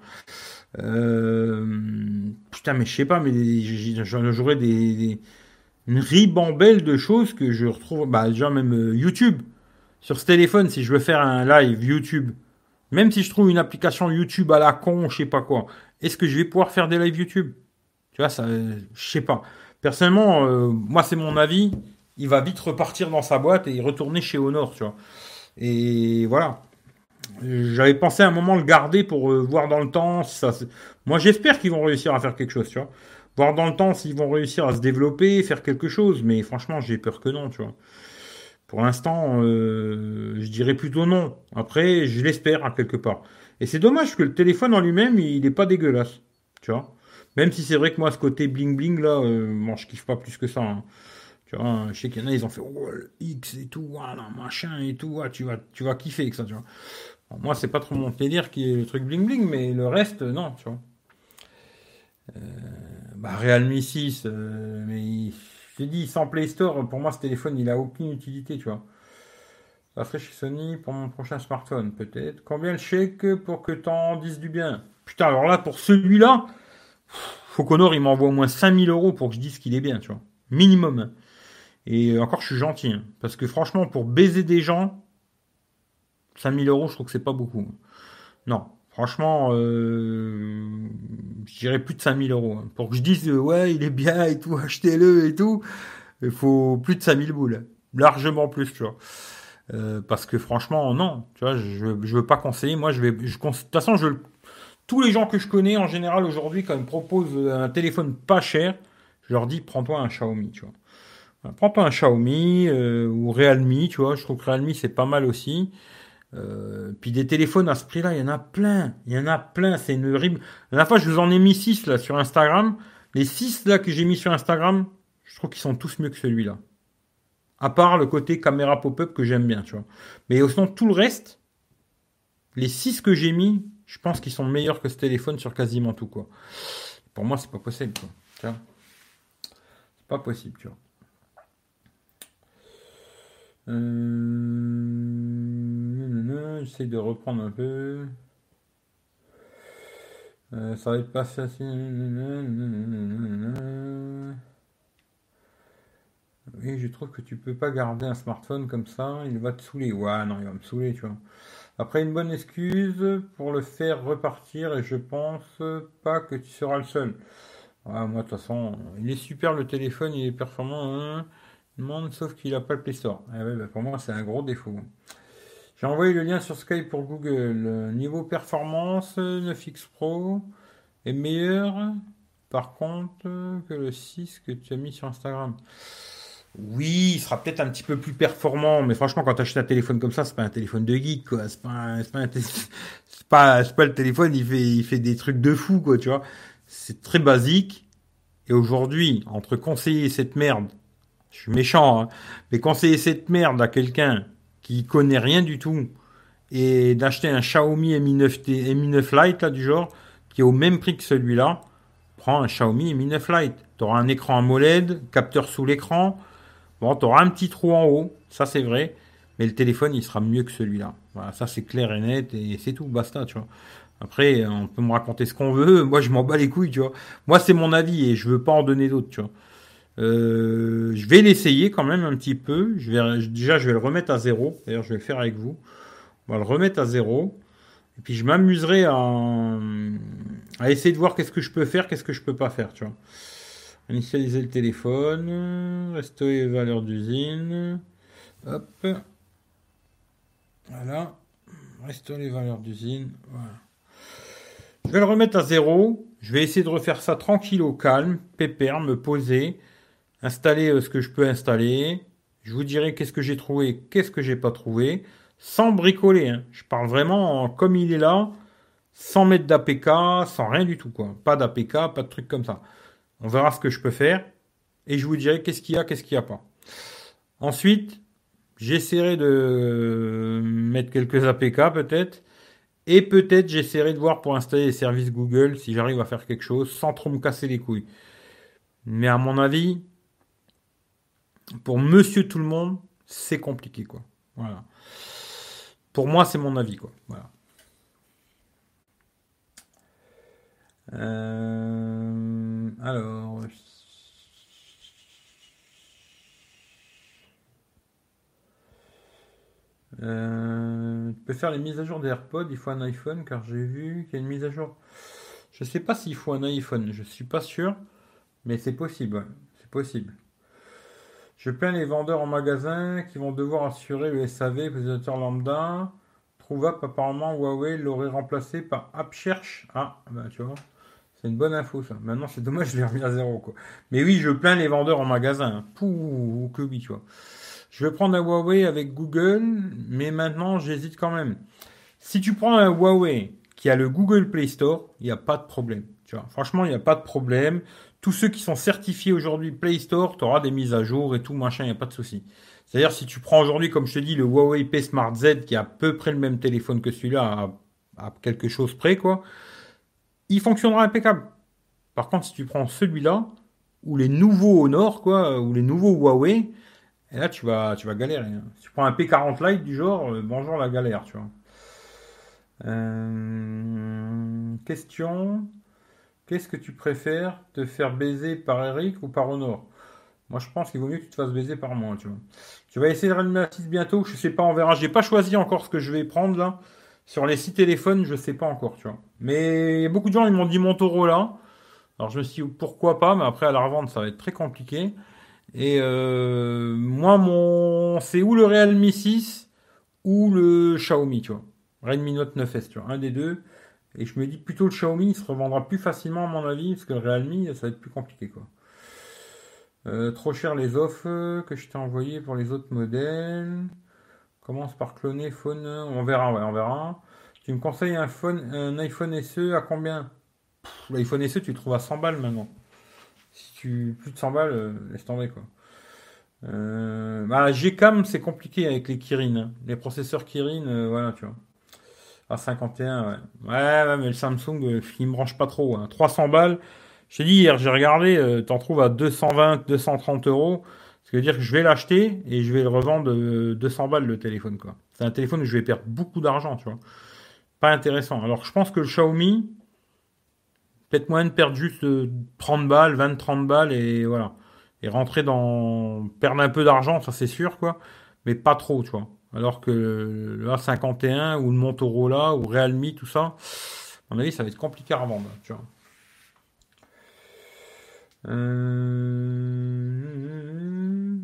Euh... Putain, mais je sais pas, mais j'aurais des, des, une ribambelle de choses que je retrouve. Bah, déjà, même euh, YouTube. Sur ce téléphone, si je veux faire un live YouTube, même si je trouve une application YouTube à la con, je sais pas quoi, est-ce que je vais pouvoir faire des lives YouTube? Tu vois, ça, euh, je sais pas. Personnellement, euh, moi, c'est mon avis. Il va vite repartir dans sa boîte et retourner chez Honor, tu vois. Et voilà. J'avais pensé à un moment le garder pour euh, voir dans le temps si ça. se- Moi, j'espère qu'ils vont réussir à faire quelque chose, tu vois. Voir dans le temps s'ils vont réussir à se développer, faire quelque chose. Mais franchement, j'ai peur que non, tu vois. Pour l'instant, euh, je dirais plutôt non. Après, je l'espère à quelque part. Et c'est dommage que le téléphone en lui-même, il n'est pas dégueulasse. Tu vois. Même si c'est vrai que moi, ce côté bling bling là, euh, bon, je kiffe pas plus que ça, hein. Tu vois, je sais qu'il y en a, ils ont fait oh, le X et tout, voilà, machin et tout, ah, tu vas, tu vas kiffer avec ça, tu vois. Bon, moi, c'est pas trop mon délire qui est le truc bling bling, mais le reste, euh, non, tu vois. Bah, Realme six, euh, mais il- j'ai dit sans Play Store, pour moi, ce téléphone, il a aucune utilité, tu vois. Ça serait chez Sony pour mon prochain smartphone, peut-être. Combien le chèque pour que t'en dises du bien? Putain, alors là, pour celui-là, faut qu'Honor, il m'envoie au moins cinq mille euros pour que je dise qu'il est bien, tu vois. Minimum, hein. Et euh, encore, je suis gentil, hein. Parce que franchement, pour baiser des gens, cinq mille euros, je trouve que c'est pas beaucoup. Non, franchement, euh, je dirais plus de cinq mille euros, hein. Pour que je dise, euh, ouais, il est bien et tout, achetez-le et tout, il faut plus de cinq mille boules. Largement plus, tu vois. Euh, parce que franchement, non, tu vois, je, je veux pas conseiller. Moi, je vais, je, cons- de toute façon, je, tous les gens que je connais en général aujourd'hui, quand ils me proposent un téléphone pas cher, je leur dis, prends-toi un Xiaomi, tu vois. Voilà, prends-toi un Xiaomi euh, ou Realme, tu vois. Je trouve que Realme c'est pas mal aussi. Euh, puis des téléphones à ce prix-là, il y en a plein. Il y en a plein. C'est une rime. La dernière fois, je vous en ai mis six là sur Instagram. Les six là que j'ai mis sur Instagram, je trouve qu'ils sont tous mieux que celui-là. À part le côté caméra pop-up que j'aime bien, tu vois. Mais sinon, tout le reste, les six que j'ai mis, je pense qu'ils sont meilleurs que ce téléphone sur quasiment tout, quoi. Pour moi, c'est pas possible, quoi. Tu vois. C'est pas possible, tu vois. Euh... nanana, J'essaie de reprendre un peu. Euh, ça va être pas facile. Nanana. Oui, je trouve que tu peux pas garder un smartphone comme ça, il va te saouler. Ouais, non, il va me saouler, tu vois. Après, une bonne excuse pour le faire repartir et je pense pas que tu seras le seul. Ouais, moi, de toute façon, il est super le téléphone, il est performant, hein. Demande, sauf qu'il a pas le Play Store. Ah ouais, bah, pour moi, c'est un gros défaut. J'ai envoyé le lien sur Skype pour Google. Euh, Niveau performance, neuf X Pro est meilleur, par contre, que le six que tu as mis sur Instagram. Oui, il sera peut-être un petit peu plus performant, mais franchement, quand tu achètes un téléphone comme ça, c'est pas un téléphone de geek, quoi. C'est pas, un- c'est pas, un té- c'est pas, c'est pas le téléphone, il fait, il fait des trucs de fou, quoi, tu vois. C'est très basique. Et aujourd'hui, entre conseiller cette merde, je suis méchant, hein, mais conseiller cette merde à quelqu'un qui connaît rien du tout et d'acheter un Xiaomi Mi neuf T, Mi neuf Lite, là, du genre, qui est au même prix que celui-là, prends un Xiaomi Mi neuf Lite. Tu auras un écran AMOLED, capteur sous l'écran. Bon, tu auras un petit trou en haut, ça c'est vrai, mais le téléphone il sera mieux que celui-là. Voilà, ça c'est clair et net et c'est tout, basta, tu vois. Après, on peut me raconter ce qu'on veut, moi je m'en bats les couilles, tu vois. Moi c'est mon avis et je veux pas en donner d'autres, tu vois. Euh, je vais l'essayer quand même un petit peu. Je vais, déjà, je vais le remettre à zéro. D'ailleurs, je vais le faire avec vous. On va le remettre à zéro. Et puis, je m'amuserai à, à essayer de voir qu'est-ce que je peux faire, qu'est-ce que je peux pas faire, tu vois. Initialiser le téléphone. Restaurer les valeurs d'usine. Hop. Voilà. Restaurer les valeurs d'usine. Voilà. Je vais le remettre à zéro. Je vais essayer de refaire ça tranquille au calme, pépère, me poser, installer euh, ce que je peux installer. Je vous dirai qu'est-ce que j'ai trouvé, qu'est-ce que j'ai pas trouvé, sans bricoler. Hein. Je parle vraiment en- comme il est là, sans mettre d'A P K, sans rien du tout, quoi. Pas d'A P K, pas de trucs comme ça. On verra ce que je peux faire et je vous dirai qu'est-ce qu'il y a, qu'est-ce qu'il n'y a pas. Ensuite, j'essaierai de mettre quelques A P K peut-être. Et peut-être j'essaierai de voir pour installer les services Google si j'arrive à faire quelque chose sans trop me casser les couilles. Mais à mon avis, pour monsieur tout le monde, c'est compliqué quoi. Voilà. Pour moi, c'est mon avis quoi. Voilà. Euh, alors. Euh, tu peux faire les mises à jour des AirPods, il faut un iPhone car j'ai vu qu'il y a une mise à jour. Je sais pas s'il faut un iPhone, je suis pas sûr, mais c'est possible, ouais. C'est possible. Je plains les vendeurs en magasin qui vont devoir assurer le S A V pour les utilisateurs lambda. Trouvable, apparemment, Huawei l'aurait remplacé par AppSearch. Ah, bah tu vois, c'est une bonne info ça. Maintenant, c'est dommage, je l'ai remis à zéro quoi. Mais oui, je plains les vendeurs en magasin. Hein. Pouh, que oui, tu vois. Je vais prendre un Huawei avec Google, mais maintenant, j'hésite quand même. Si tu prends un Huawei qui a le Google Play Store, il n'y a pas de problème. Tu vois, franchement, il n'y a pas de problème. Tous ceux qui sont certifiés aujourd'hui Play Store, tu auras des mises à jour et tout, machin, il n'y a pas de souci. C'est-à-dire, si tu prends aujourd'hui, comme je te dis, le Huawei P Smart Z, qui est à peu près le même téléphone que celui-là, à, à quelque chose près, quoi, il fonctionnera impeccable. Par contre, si tu prends celui-là, ou les nouveaux Honor, quoi, ou les nouveaux Huawei, et là, tu vas, tu vas galérer. Hein. Si tu prends un P quarante Lite du genre, euh, bonjour la galère, tu vois. Euh, question. Qu'est-ce que tu préfères, te faire baiser par Eric ou par Honor? Moi, je pense qu'il vaut mieux que tu te fasses baiser par moi, tu vois. Tu vas essayer de rallumer la six bientôt, je sais pas, on verra. J'ai pas choisi encore ce que je vais prendre là. Sur les six téléphones, je sais pas encore, tu vois. Mais il y a beaucoup de gens, ils m'ont dit Motorola. Alors je me suis dit pourquoi pas, mais après à la revente, ça va être très compliqué. Et euh, moi, mon, c'est ou le Realme six ou le Xiaomi, tu vois. Redmi Note neuf S, tu vois, un des deux. Et je me dis plutôt le Xiaomi, il se revendra plus facilement à mon avis, parce que le Realme, ça va être plus compliqué, quoi. Euh, trop cher les offres que je t'ai envoyées pour les autres modèles. Commence par cloner phone. On verra, ouais, on verra. Tu me conseilles un phone, un iPhone S E à combien? Pff, L'iPhone S E, tu le trouves à cent balles maintenant. Si tu plus de cent balles, euh, laisse tomber quoi. Euh, bah, Gcam, c'est compliqué avec les Kirin. Hein. Les processeurs Kirin, euh, voilà, tu vois. À cinquante et un, ouais. Ouais, ouais, mais le Samsung, euh, il me branche pas trop. Hein. trois cents balles. Je t'ai dit hier, j'ai regardé, euh, t'en trouves à deux cent vingt, deux cent trente euros. Ce qui veut dire que je vais l'acheter et je vais le revendre euh, deux cents balles le téléphone, quoi. C'est un téléphone où je vais perdre beaucoup d'argent, tu vois. Pas intéressant. Alors, je pense que le Xiaomi, peut-être moyen de perdre juste euh, trente balles, vingt trente balles et voilà. Et rentrer dans, perdre un peu d'argent, ça c'est sûr, quoi. Mais pas trop, tu vois. Alors que le A cinquante et un ou le Motorola ou Realme, tout ça, à mon avis, ça va être compliqué à vendre, tu vois. Euh...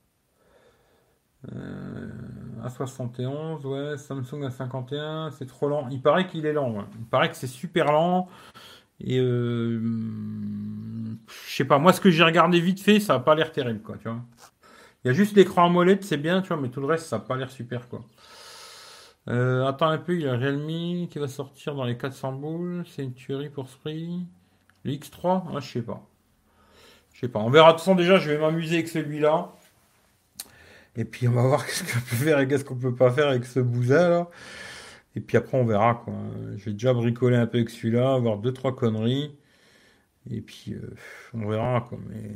Euh... A soixante et onze, ouais, Samsung A cinquante et un, c'est trop lent. Il paraît qu'il est lent, ouais. Il paraît que c'est super lent. Et euh... je sais pas, moi ce que j'ai regardé vite fait, ça a pas l'air terrible, quoi, tu vois. Il y a juste l'écran AMOLED, c'est bien, tu vois, mais tout le reste, ça a pas l'air super, quoi. Euh, attends un peu, il y a Realme qui va sortir dans les quatre cents boules. C'est une tuerie pour ce prix. Le X trois, ah, je sais pas. Je sais pas. On verra. De toute façon, déjà, je vais m'amuser avec celui-là. Et puis, on va voir qu'est-ce qu'on peut faire et qu'est-ce qu'on peut pas faire avec ce bousin, là. Et puis après, on verra, quoi. Je vais déjà bricoler un peu avec celui-là, avoir deux, trois conneries. Et puis, euh, on verra, quoi. Mais...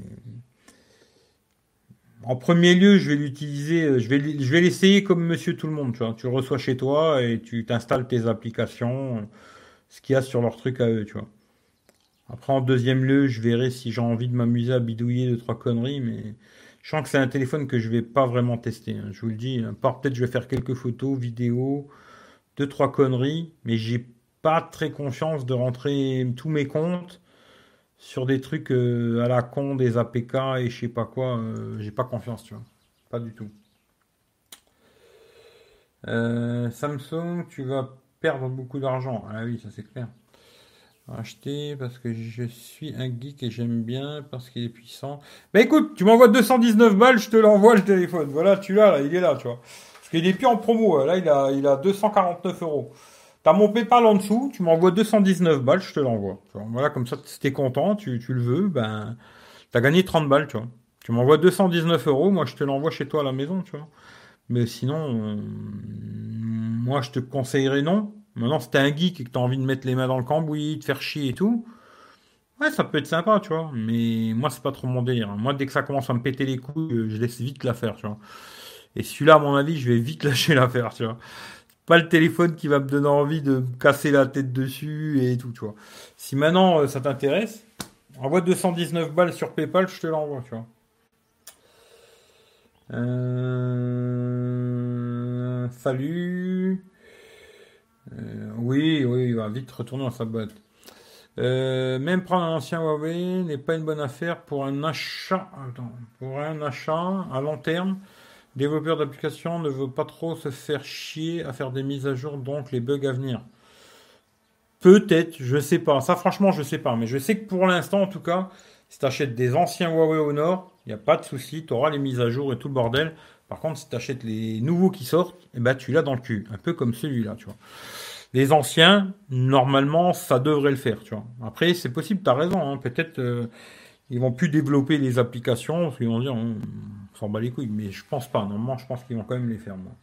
En premier lieu, je vais l'utiliser, euh, je vais, l- je vais l'essayer comme monsieur tout le monde, tu vois. Tu le reçois chez toi et tu t'installes tes applications, euh, ce qu'il y a sur leur truc à eux, tu vois. Après, en deuxième lieu, je verrai si j'ai envie de m'amuser à bidouiller deux, trois conneries, mais Je sens que c'est un téléphone que je vais pas vraiment tester, hein, je vous le dis. À part peut-être je vais faire quelques photos, vidéos, deux, trois conneries, mais j'ai pas très confiance de rentrer tous mes comptes sur des trucs euh, à la con, des A P K et je sais pas quoi. Euh, j'ai pas confiance, tu vois. Pas du tout. Euh, Samsung, tu vas perdre beaucoup d'argent. Ah oui, ça c'est clair. Acheter parce que je suis un geek et j'aime bien parce qu'il est puissant. Bah écoute, tu m'envoies deux cent dix-neuf balles, je te l'envoie le téléphone. Voilà, tu l'as là, il est là, tu vois. Parce qu'il est plus en promo, là, il a, il a deux cent quarante-neuf euros. T'as mon PayPal en dessous, tu m'envoies deux cent dix-neuf balles, je te l'envoie. Tu vois. Voilà, comme ça, si t'es content, tu, tu le veux, ben, t'as gagné trente balles, tu vois. Tu m'envoies deux cent dix-neuf euros, moi je te l'envoie chez toi à la maison, tu vois. Mais sinon, euh, moi je te conseillerais non. Maintenant, si t'es un geek et que t'as envie de mettre les mains dans le cambouis, de faire chier et tout, ouais, ça peut être sympa, tu vois. Mais moi, c'est pas trop mon délire. Moi, dès que ça commence à me péter les couilles, euh, je laisse vite l'affaire, tu vois. Et celui-là, à mon avis, je vais vite lâcher l'affaire, tu vois. Pas le téléphone qui va me donner envie de me casser la tête dessus et tout, tu vois. Si maintenant euh, ça t'intéresse, envoie deux cent dix-neuf balles sur PayPal, je te l'envoie, tu vois. Euh, Salut. Euh, oui, oui, il va vite retourner dans sa boîte. Euh, même prendre un ancien Huawei n'est pas une bonne affaire pour un achat. Attends, pour un achat à long terme. Développeur d'application ne veut pas trop se faire chier à faire des mises à jour, donc les bugs à venir. Peut-être, je sais pas. Ça, franchement, je sais pas. Mais je sais que pour l'instant, en tout cas, si tu achètes des anciens Huawei au Nord, il n'y a pas de souci. Tu auras les mises à jour et tout le bordel. Par contre, si tu achètes les nouveaux qui sortent, eh ben, tu l'as dans le cul. Un peu comme celui-là, tu vois. Les anciens, normalement, ça devrait le faire, tu vois. Après, c'est possible, tu as raison. Hein. Peut-être euh, ils vont plus développer les applications, parce qu'ils vont dire, on, on s'en bat les couilles. Mais je pense pas. Normalement, je pense qu'ils vont quand même les faire, moi.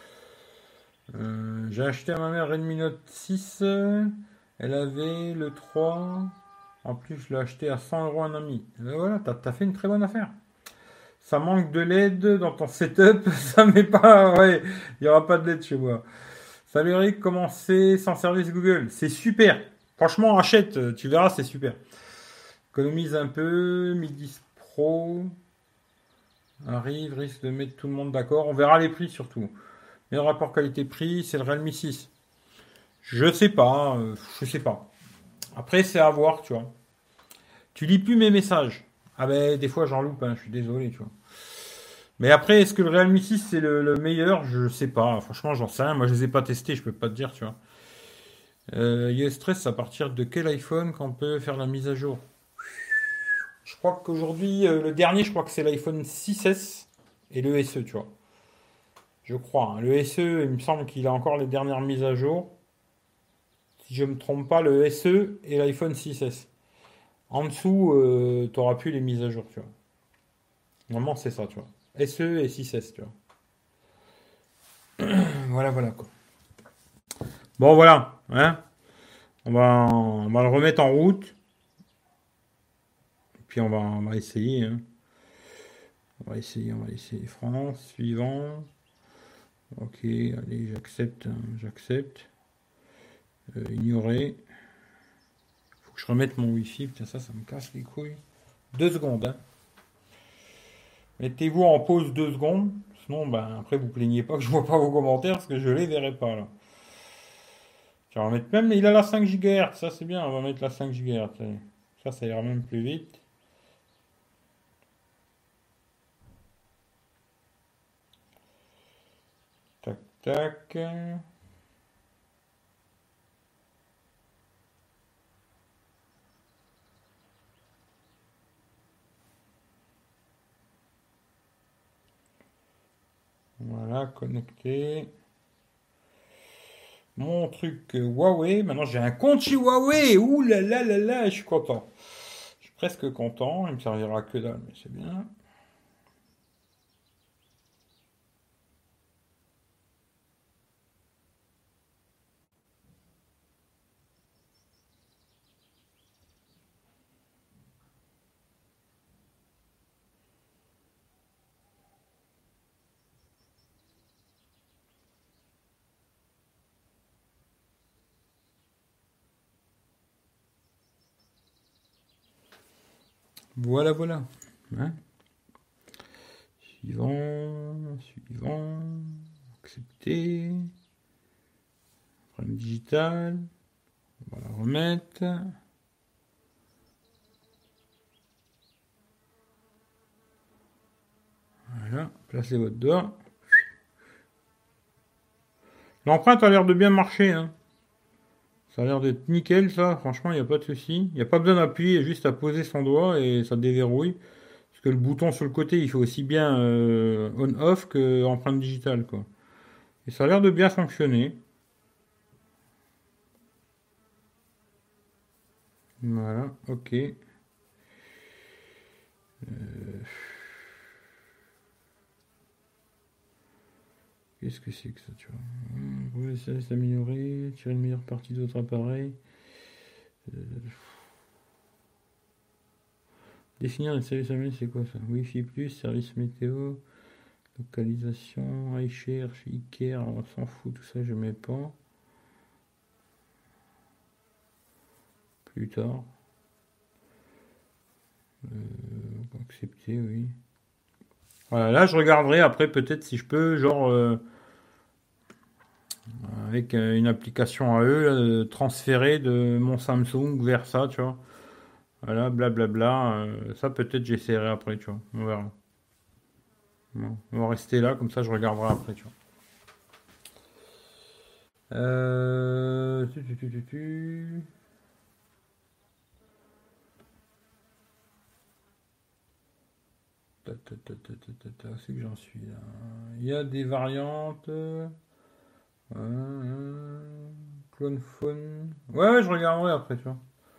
Euh, j'ai acheté à ma mère Redmi Note six. Elle avait le trois. En plus, je l'ai acheté à cent euros un ami. Et ben voilà, t'as, t'as fait une très bonne affaire. Ça manque de L E D dans ton setup. Ça met pas. Ouais, il n'y aura pas de L E D chez moi. Salut Eric, comment c'est sans service Google? C'est super. Franchement, achète, tu verras, c'est super. Économise un peu. Mi dix Pro arrive, risque de mettre tout le monde d'accord. On verra les prix surtout. Meilleur rapport qualité-prix, c'est le Realme six. Je sais pas, euh, je sais pas. Après, c'est à voir, tu vois. Tu lis plus mes messages. Ah ben, des fois, j'en loupe, hein, je suis désolé, tu vois. Mais après, est-ce que le Realme six c'est le, le meilleur? Je sais pas. Franchement, j'en sais rien. Moi, je les ai pas testés, je peux pas te dire, tu vois. Euh, iOS treize, à partir de quel iPhone qu'on peut faire la mise à jour? Je crois qu'aujourd'hui, euh, le dernier, je crois que c'est l'iPhone six S et le S E, tu vois. Je crois. Hein. Le S E, il me semble qu'il a encore les dernières mises à jour. Si je me trompe pas, le S E et l'iPhone six S. En dessous, euh, tu n'auras plus les mises à jour, tu vois. Normalement, c'est ça, tu vois. S E et six S, tu vois. Voilà, voilà, quoi. Bon, voilà, hein. On va, on va le remettre en route. Puis on va, on va essayer, hein. On va essayer, on va essayer. France, suivant. Ok, allez, j'accepte, hein, j'accepte. Euh, ignorer. Faut que je remette mon Wi-Fi. Putain, ça, ça me casse les couilles. Deux secondes, hein. Mettez-vous en pause deux secondes. Sinon, ben, après, vous plaignez pas que je vois pas vos commentaires parce que je les verrai pas, là. Tu vas mettre même, il a la cinq gigahertz, ça c'est bien, on va mettre la cinq gigahertz. Allez. Ça, ça ira même plus vite. Tac, tac. Voilà, connecté. Mon truc euh, Huawei. Maintenant, j'ai un compte chez Huawei. Ouh là là là là, je suis content. Je suis presque content. Il me servira que dalle, mais c'est bien. Voilà, voilà. Hein. Suivant, suivant, accepter. Problème digital. On va la remettre. Voilà, placez votre doigt. L'empreinte a l'air de bien marcher. Hein. Ça a l'air d'être nickel, ça. Franchement, il n'y a pas de souci. Il n'y a pas besoin d'appuyer, il y a juste à poser son doigt et ça déverrouille. Parce que le bouton sur le côté, il fait aussi bien euh, on-off que empreinte digitale, quoi. Et ça a l'air de bien fonctionner. Voilà, ok. Euh... Qu'est-ce que c'est que ça, tu vois? Vous pouvez s'améliorer, tirer une meilleure partie d'autres appareils. Euh... Définir les services améliorés, c'est quoi ça? Wi-Fi plus, service météo, localisation, iShare, iCare, on s'en fout, tout ça je mets pas. Plus tard. Euh, accepter, oui. Voilà, là je regarderai après peut-être si je peux, genre euh, avec une application à eux, là, transférer de mon Samsung vers ça, tu vois. Voilà, blablabla. Euh, ça peut-être j'essaierai après, tu vois. On verra. Bon, on va rester là, comme ça je regarderai après, tu vois. Euh... Tu, tu, tu, tu, tu. C'est que j'en suis là. Il y a des variantes. Euh, clone phone. Ouais, ouais, je regarderai après, tu vois.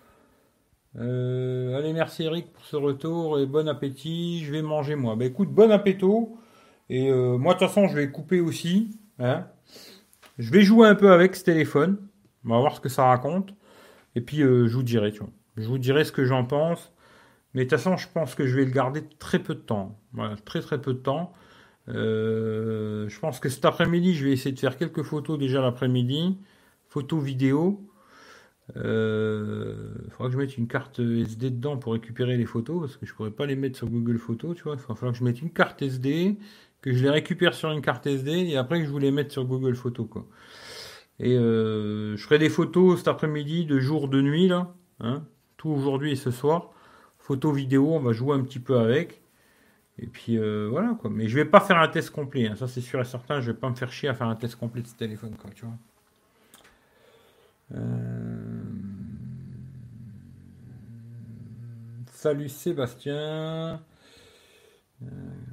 Euh, allez, merci Eric pour ce retour et bon appétit. Je vais manger moi. Bah écoute, bon appétit. Et euh, moi, de toute façon, je vais couper aussi. Hein. Je vais jouer un peu avec ce téléphone. On va voir ce que ça raconte. Et puis, euh, je vous dirai, tu vois. Je vous dirai ce que j'en pense. Mais de toute façon, je pense que je vais le garder très peu de temps. Voilà, très très peu de temps. Euh, je pense que cet après-midi, je vais essayer de faire quelques photos déjà l'après-midi. Photos vidéo. Il euh, faudra que je mette une carte S D dedans pour récupérer les photos, parce que je pourrais pas les mettre sur Google Photos, tu vois. Il va falloir que je mette une carte S D, que je les récupère sur une carte S D, et après que je vous les mette sur Google Photos, quoi. Et euh, je ferai des photos cet après-midi, de jour, de nuit, là. Hein, tout aujourd'hui et ce soir. Photos, vidéo, on va jouer un petit peu avec. Et puis euh, voilà, quoi. Mais je vais pas faire un test complet, hein. Ça c'est sûr et certain, je vais pas me faire chier à faire un test complet de ce téléphone, quoi, tu vois. Euh... Salut Sébastien. Euh...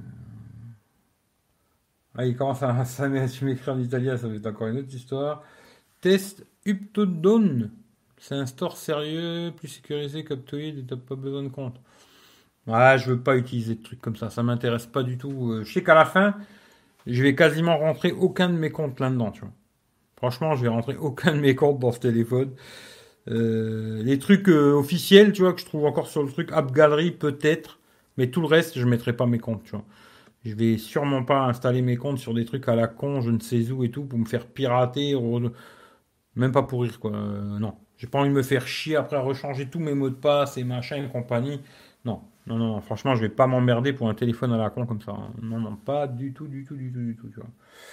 Ah, il commence à, à m'écrire en italien, ça va être encore une autre histoire. Test Uptodone. C'est un store sérieux, plus sécurisé qu'Aptoid et t'as pas besoin de compte. Ouais, je veux pas utiliser de trucs comme ça, ça m'intéresse pas du tout. Je sais qu'à la fin, je vais quasiment rentrer aucun de mes comptes là-dedans, tu vois. Franchement, je vais rentrer aucun de mes comptes dans ce téléphone. Euh, les trucs euh, officiels, tu vois, que je trouve encore sur le truc App Gallery, peut-être. Mais tout le reste, je mettrai pas mes comptes, tu vois. Je vais sûrement pas installer mes comptes sur des trucs à la con, je ne sais où et tout, pour me faire pirater. Re... Même pas pour rire, quoi. Euh, non. J'ai pas envie de me faire chier après à rechanger tous mes mots de passe et machin et compagnie. Non. Non, non, franchement, je vais pas m'emmerder pour un téléphone à la con comme ça. Non, non, pas du tout, du tout, du tout, du tout, tu vois.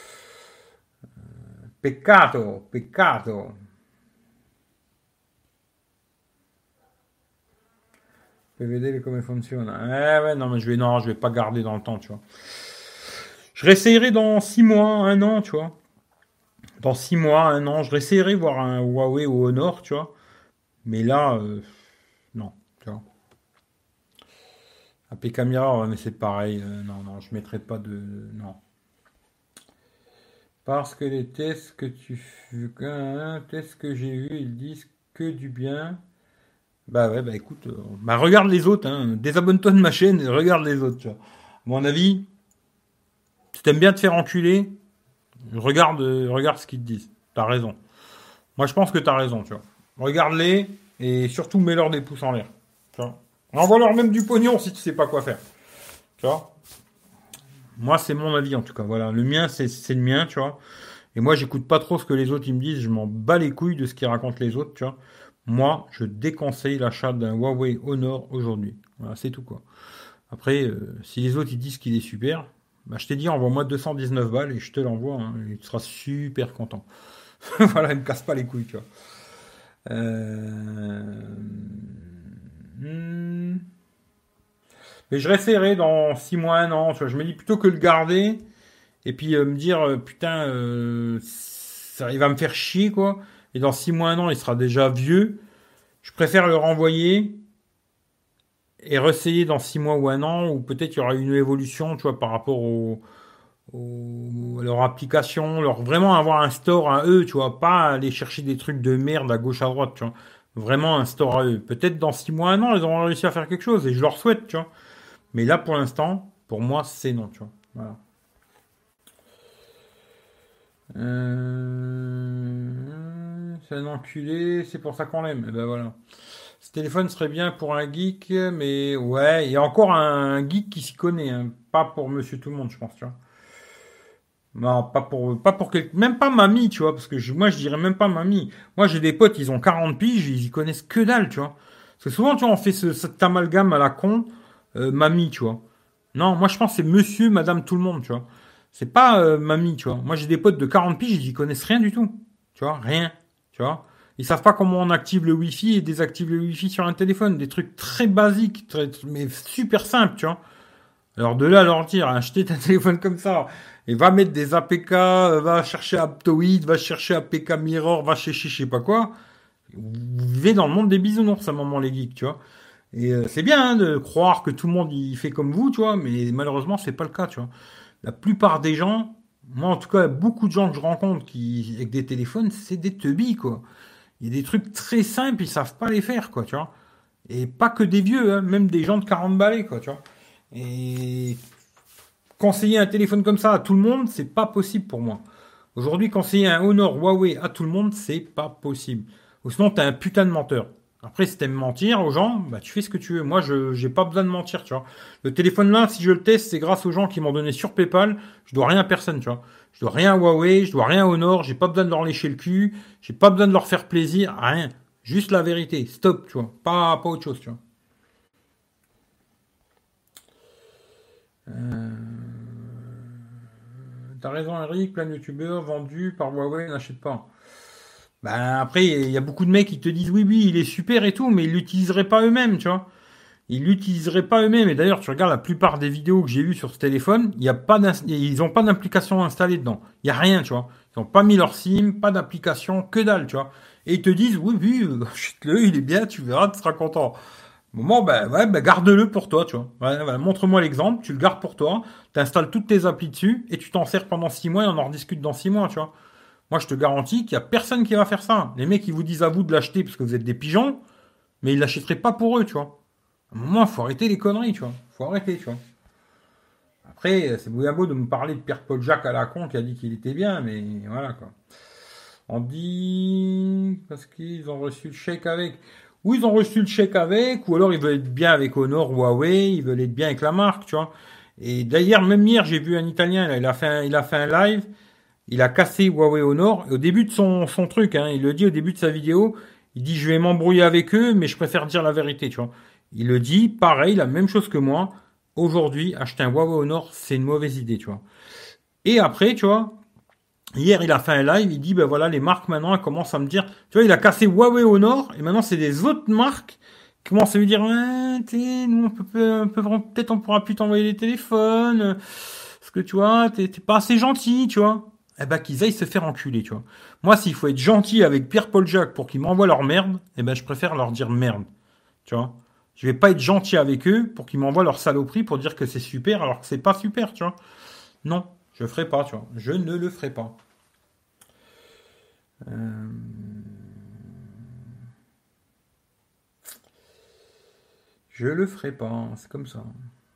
Euh, peccato, peccato. P V D, come funziona? Eh ouais, non, mais je vais, non, je vais pas garder dans le temps, tu vois. Je réessayerai dans six mois, un an, tu vois. Dans six mois, un an, je réessayerai voir un Huawei ou Honor, tu vois. Mais là, euh, non, tu vois. A P Camera, ouais, mais c'est pareil. Euh, non, non, je mettrai pas de. Non. Parce que les tests que tu fais, un test que j'ai vu, ils disent que du bien. Bah ouais, bah écoute, euh, bah regarde les autres, hein. Désabonne-toi de ma chaîne et regarde les autres, tu vois. À mon avis, si t'aimes bien te faire enculer, regarde, euh, regarde ce qu'ils te disent. T'as raison. Moi, je pense que t'as raison, tu vois. Regarde-les et surtout mets-leur des pouces en l'air. Tu vois. Envoie-leur même du pognon si tu sais pas quoi faire. Tu vois. Moi, c'est mon avis en tout cas. Voilà, le mien, c'est, c'est le mien, tu vois. Et moi, j'écoute pas trop ce que les autres ils me disent. Je m'en bats les couilles de ce qu'ils racontent les autres, tu vois. Moi, je déconseille l'achat d'un Huawei Honor aujourd'hui. Voilà, c'est tout quoi. Après, euh, si les autres ils disent qu'il est super, Bah, je t'ai dit, envoie-moi deux cent dix-neuf balles et je te l'envoie, hein, et tu seras super content. Voilà, il me casse pas les couilles, tu vois. Euh... hmm. Mais je resterai dans six mois, un an, tu vois. Je me dis plutôt que le garder et puis euh, me dire, euh, putain, euh, ça, il va me faire chier, quoi. Et dans six mois, un an, il sera déjà vieux. Je préfère le renvoyer et réessayer dans six mois ou un an, ou peut-être il y aura une évolution, tu vois, par rapport au, au- à leur application, leur vraiment avoir un store à eux, tu vois, pas aller chercher des trucs de merde à gauche à droite, tu vois. Vraiment un store à eux. Peut-être dans six mois, un an, ils auront réussi à faire quelque chose et je leur souhaite, tu vois. Mais là, pour l'instant, pour moi, c'est non, tu vois. Voilà. Euh, C'est un enculé, c'est pour ça qu'on l'aime. Et ben voilà. Ce téléphone serait bien pour un geek, mais ouais, il y a encore un geek qui s'y connaît, hein. Pas pour Monsieur Tout le Monde, je pense, tu vois. Non, pas pour, pas pour quel- même pas mamie, tu vois, parce que je- moi, je dirais même pas mamie. Moi, j'ai des potes, ils ont quarante piges, ils y connaissent que dalle, tu vois. Parce que souvent, tu vois, on fait ce, cet amalgame à la con, euh, mamie, tu vois. Non, moi, je pense que c'est monsieur, madame, tout le monde, tu vois. C'est pas euh, mamie, tu vois. Moi, j'ai des potes de quarante piges, ils y connaissent rien du tout. Tu vois, rien, tu vois. Ils savent pas comment on active le Wi-Fi et désactive le Wi-Fi sur un téléphone. Des trucs très basiques, très, mais super simples, tu vois. Alors de là à leur dire, acheter un téléphone comme ça, et va mettre des A P K, euh, va chercher Aptoid, va chercher A P K Mirror, va chercher je sais pas quoi. Vous vivez dans le monde des bisounours à un moment les geeks, tu vois. Et euh, c'est bien, hein, de croire que tout le monde y fait comme vous, tu vois, mais malheureusement c'est pas le cas, tu vois. La plupart des gens, moi en tout cas, beaucoup de gens que je rencontre qui avec des téléphones, c'est des teubis, quoi. Il y a des trucs très simples, ils savent pas les faire, quoi, tu vois. Et pas que des vieux, hein, même des gens de quarante balais, quoi, tu vois. Et conseiller un téléphone comme ça à tout le monde, c'est pas possible pour moi. Aujourd'hui, conseiller un Honor Huawei à tout le monde, c'est pas possible. Ou sinon, t'es un putain de menteur. Après, si t'aimes mentir aux gens, bah tu fais ce que tu veux. Moi, je j'ai pas besoin de mentir, tu vois. Le téléphone là, si je le teste, c'est grâce aux gens qui m'ont donné sur PayPal. Je dois rien à personne, tu vois. Je dois rien à Huawei, je dois rien à Honor, j'ai pas besoin de leur lécher le cul, j'ai pas besoin de leur faire plaisir, rien. Juste la vérité. Stop, tu vois. Pas, pas autre chose, tu vois. Euh... T'as raison, Eric, plein de youtubeurs vendus par Huawei n'achètent pas. Ben après, il y a beaucoup de mecs qui te disent oui, oui, il est super et tout, mais ils l'utiliseraient pas eux-mêmes, tu vois. Ils l'utiliseraient pas eux-mêmes. Et d'ailleurs, tu regardes la plupart des vidéos que j'ai vues sur ce téléphone, il y a pas d'ins- ils ont pas d'application installée dedans. Il y a rien, tu vois. Ils ont pas mis leur SIM, pas d'application, que dalle, tu vois. Et ils te disent oui, oui, euh, achète-le, il est bien, tu verras, tu seras content. Bon, ben, ouais, ben, garde-le pour toi, tu vois. Ouais, voilà, montre-moi l'exemple, tu le gardes pour toi, tu installes toutes tes applis dessus, et tu t'en sers pendant six mois, et on en rediscute dans six mois, tu vois. Moi, je te garantis qu'il y a personne qui va faire ça. Les mecs, ils vous disent à vous de l'acheter parce que vous êtes des pigeons, mais ils l'achèteraient pas pour eux, tu vois. À un moment, faut arrêter les conneries, tu vois. Faut arrêter, tu vois. Après, c'est bien beau de me parler de Pierre-Paul Jacques à la con qui a dit qu'il était bien, mais voilà, quoi. On dit parce qu'ils ont reçu le chèque avec. Ou ils ont reçu le chèque avec, ou alors ils veulent être bien avec Honor, Huawei, ils veulent être bien avec la marque, tu vois. Et d'ailleurs, même hier, j'ai vu un Italien, là, il a fait un, il a fait un live, il a cassé Huawei Honor. Et au début de son, son truc, hein, il le dit au début de sa vidéo, il dit je vais m'embrouiller avec eux, mais je préfère dire la vérité, tu vois. Il le dit, pareil, la même chose que moi. Aujourd'hui, acheter un Huawei Honor, c'est une mauvaise idée, tu vois. Et après, tu vois, hier, il a fait un live, il dit, ben voilà, les marques maintenant, elles commencent à me dire, tu vois, il a cassé Huawei au nord, et maintenant c'est des autres marques qui commencent à lui dire, ouais, tu sais, nous, on peut, peut- peut- peut-être on pourra plus t'envoyer les téléphones, euh, parce que tu vois, t'es t'es pas assez gentil, tu vois. Eh ben, qu'ils aillent se faire enculer, tu vois. Moi, s'il faut être gentil avec Pierre-Paul Jacques pour qu'ils m'envoient leur merde, eh ben, je préfère leur dire merde, tu vois. Je vais pas être gentil avec eux pour qu'ils m'envoient leur saloperie pour dire que c'est super alors que c'est pas super, tu vois. Non, je ferai pas, tu vois. Je ne le ferai pas. Euh, Je le ferai pas, c'est comme ça.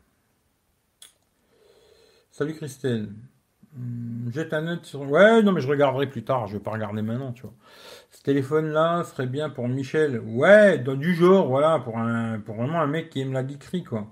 Salut Christelle. Hum, Jette un œil sur. Ouais, non, mais je regarderai plus tard, je vais pas regarder maintenant, tu vois. Ce téléphone-là serait bien pour Michel. Ouais, dans du genre, voilà, pour un, pour vraiment un mec qui aime la geekerie, quoi.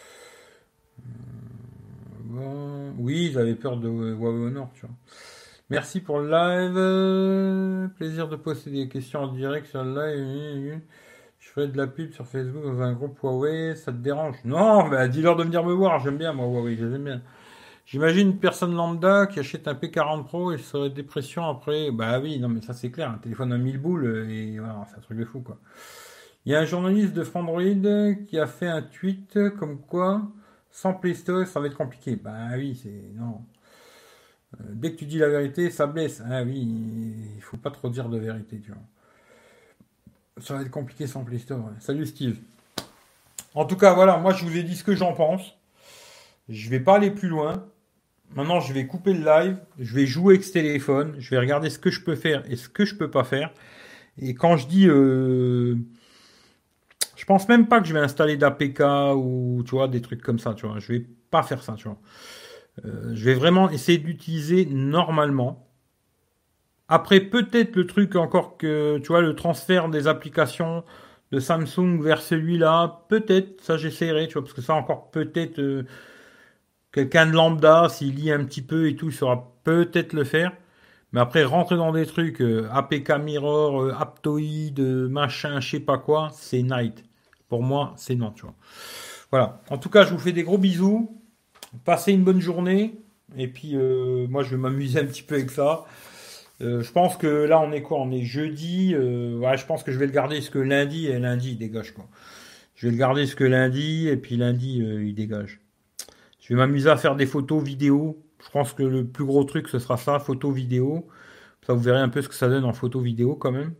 Bon, oui, ils avaient peur de Huawei Honor, tu vois. Merci pour le live. euh, Plaisir de poster des questions en direct sur le live. Je ferai de la pub sur Facebook dans un groupe Huawei, ça te dérange? Non, bah dis-leur de venir me voir, j'aime bien moi Huawei, j'aime bien. J'imagine une personne lambda qui achète un P quarante Pro et serait dépression après. Bah oui, non mais ça c'est clair, un téléphone à mille boules et voilà, c'est un truc de fou quoi. Il y a un journaliste de Frandroid qui a fait un tweet comme quoi sans Play Store ça va être compliqué. Bah oui, c'est non. Euh, dès que tu dis la vérité, ça blesse. Ah oui, il faut pas trop dire de vérité, tu vois. Ça va être compliqué sans Play Store. Ouais. Salut Steve. En tout cas, voilà, moi je vous ai dit ce que j'en pense. Je vais pas aller plus loin. Maintenant, je vais couper le live. Je vais jouer avec ce téléphone. Je vais regarder ce que je peux faire et ce que je peux pas faire. Et quand je dis, euh, je pense même pas que je vais installer d'A P K ou tu vois des trucs comme ça. Tu vois, je vais pas faire ça. Tu vois, Euh, je vais vraiment essayer d'utiliser normalement. Après, peut-être le truc encore que, tu vois, le transfert des applications de Samsung vers celui-là, peut-être, ça j'essaierai, tu vois, parce que ça encore peut-être, euh, quelqu'un de lambda, s'il lit un petit peu et tout, il saura peut-être le faire. Mais après, rentrer dans des trucs, euh, A P K Mirror, euh, Aptoid, euh, machin, je sais pas quoi, c'est night. Pour moi, c'est non, tu vois. Voilà. En tout cas, je vous fais des gros bisous. Passez une bonne journée. Et puis, euh, moi, je vais m'amuser un petit peu avec ça. Euh, je pense que là, on est quoi? On est jeudi. Euh, ouais, je pense que je vais le garder ce que lundi et lundi, il dégage quoi. Je vais le garder ce que lundi et puis lundi, euh, il dégage. Je vais m'amuser à faire des photos, vidéos. Je pense que le plus gros truc, ce sera ça, photo, vidéo. Ça, vous verrez un peu ce que ça donne en photo, vidéo quand même.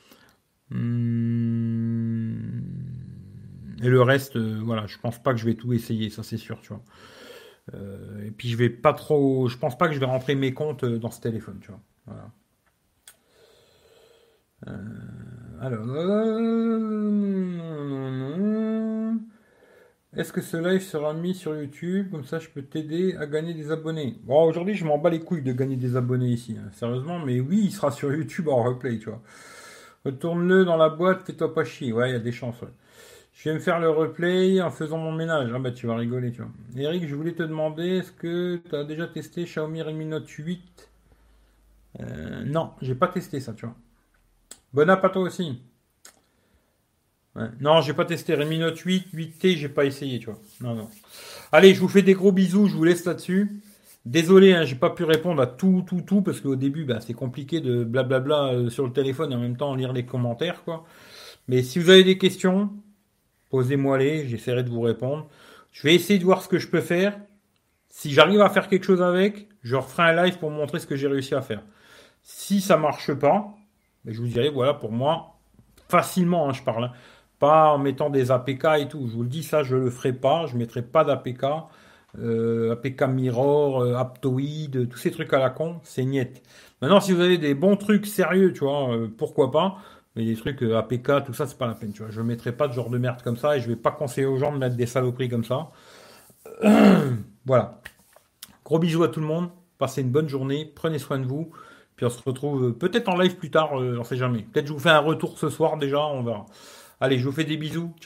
Hum, Et le reste, euh, voilà, je pense pas que je vais tout essayer, ça c'est sûr, tu vois. Euh, et puis je vais pas trop, je pense pas que je vais rentrer mes comptes euh, dans ce téléphone, tu vois. Voilà. Euh, alors, euh, est-ce que ce live sera mis sur YouTube? Comme ça, je peux t'aider à gagner des abonnés. Bon, aujourd'hui, je m'en bats les couilles de gagner des abonnés ici, hein, sérieusement, mais oui, il sera sur YouTube en replay, tu vois. Retourne-le dans la boîte, fais-toi pas chier. Ouais, il y a des chances, ouais. Je vais me faire le replay en faisant mon ménage. Ah bah tu vas rigoler, tu vois. Eric, je voulais te demander, est-ce que tu as déjà testé Xiaomi Redmi Note huit? Euh, non, j'ai pas testé ça, tu vois. Bon app à toi aussi. Ouais. Non, j'ai pas testé Redmi Note huit, huit T, j'ai pas essayé, tu vois. Non, non. Allez, je vous fais des gros bisous, je vous laisse là-dessus. Désolé, hein, j'ai pas pu répondre à tout, tout, tout, parce qu'au début, bah, c'est compliqué de blablabla euh, sur le téléphone et en même temps lire les commentaires, quoi. Mais si vous avez des questions, posez-moi les, j'essaierai de vous répondre. Je vais essayer de voir ce que je peux faire. Si j'arrive à faire quelque chose avec, je referai un live pour vous montrer ce que j'ai réussi à faire. Si ça marche pas, ben, je vous dirai, voilà, pour moi, facilement, hein, je parle, hein. Pas en mettant des A P K et tout. Je vous le dis, ça, je le ferai pas. Je mettrai pas d'A P K. Euh, A P K Mirror, euh, Aptoid, tous ces trucs à la con, c'est niette. Maintenant, si vous avez des bons trucs sérieux, tu vois, euh, pourquoi pas. Mais des trucs euh, A P K, tout ça, c'est pas la peine, tu vois. Je ne mettrai pas de genre de merde comme ça et je vais pas conseiller aux gens de mettre des saloperies comme ça. Voilà. Gros bisous à tout le monde. Passez une bonne journée. Prenez soin de vous. Puis on se retrouve euh, peut-être en live plus tard, euh, on sait jamais. Peut-être je vous fais un retour ce soir déjà, on verra. Allez, je vous fais des bisous.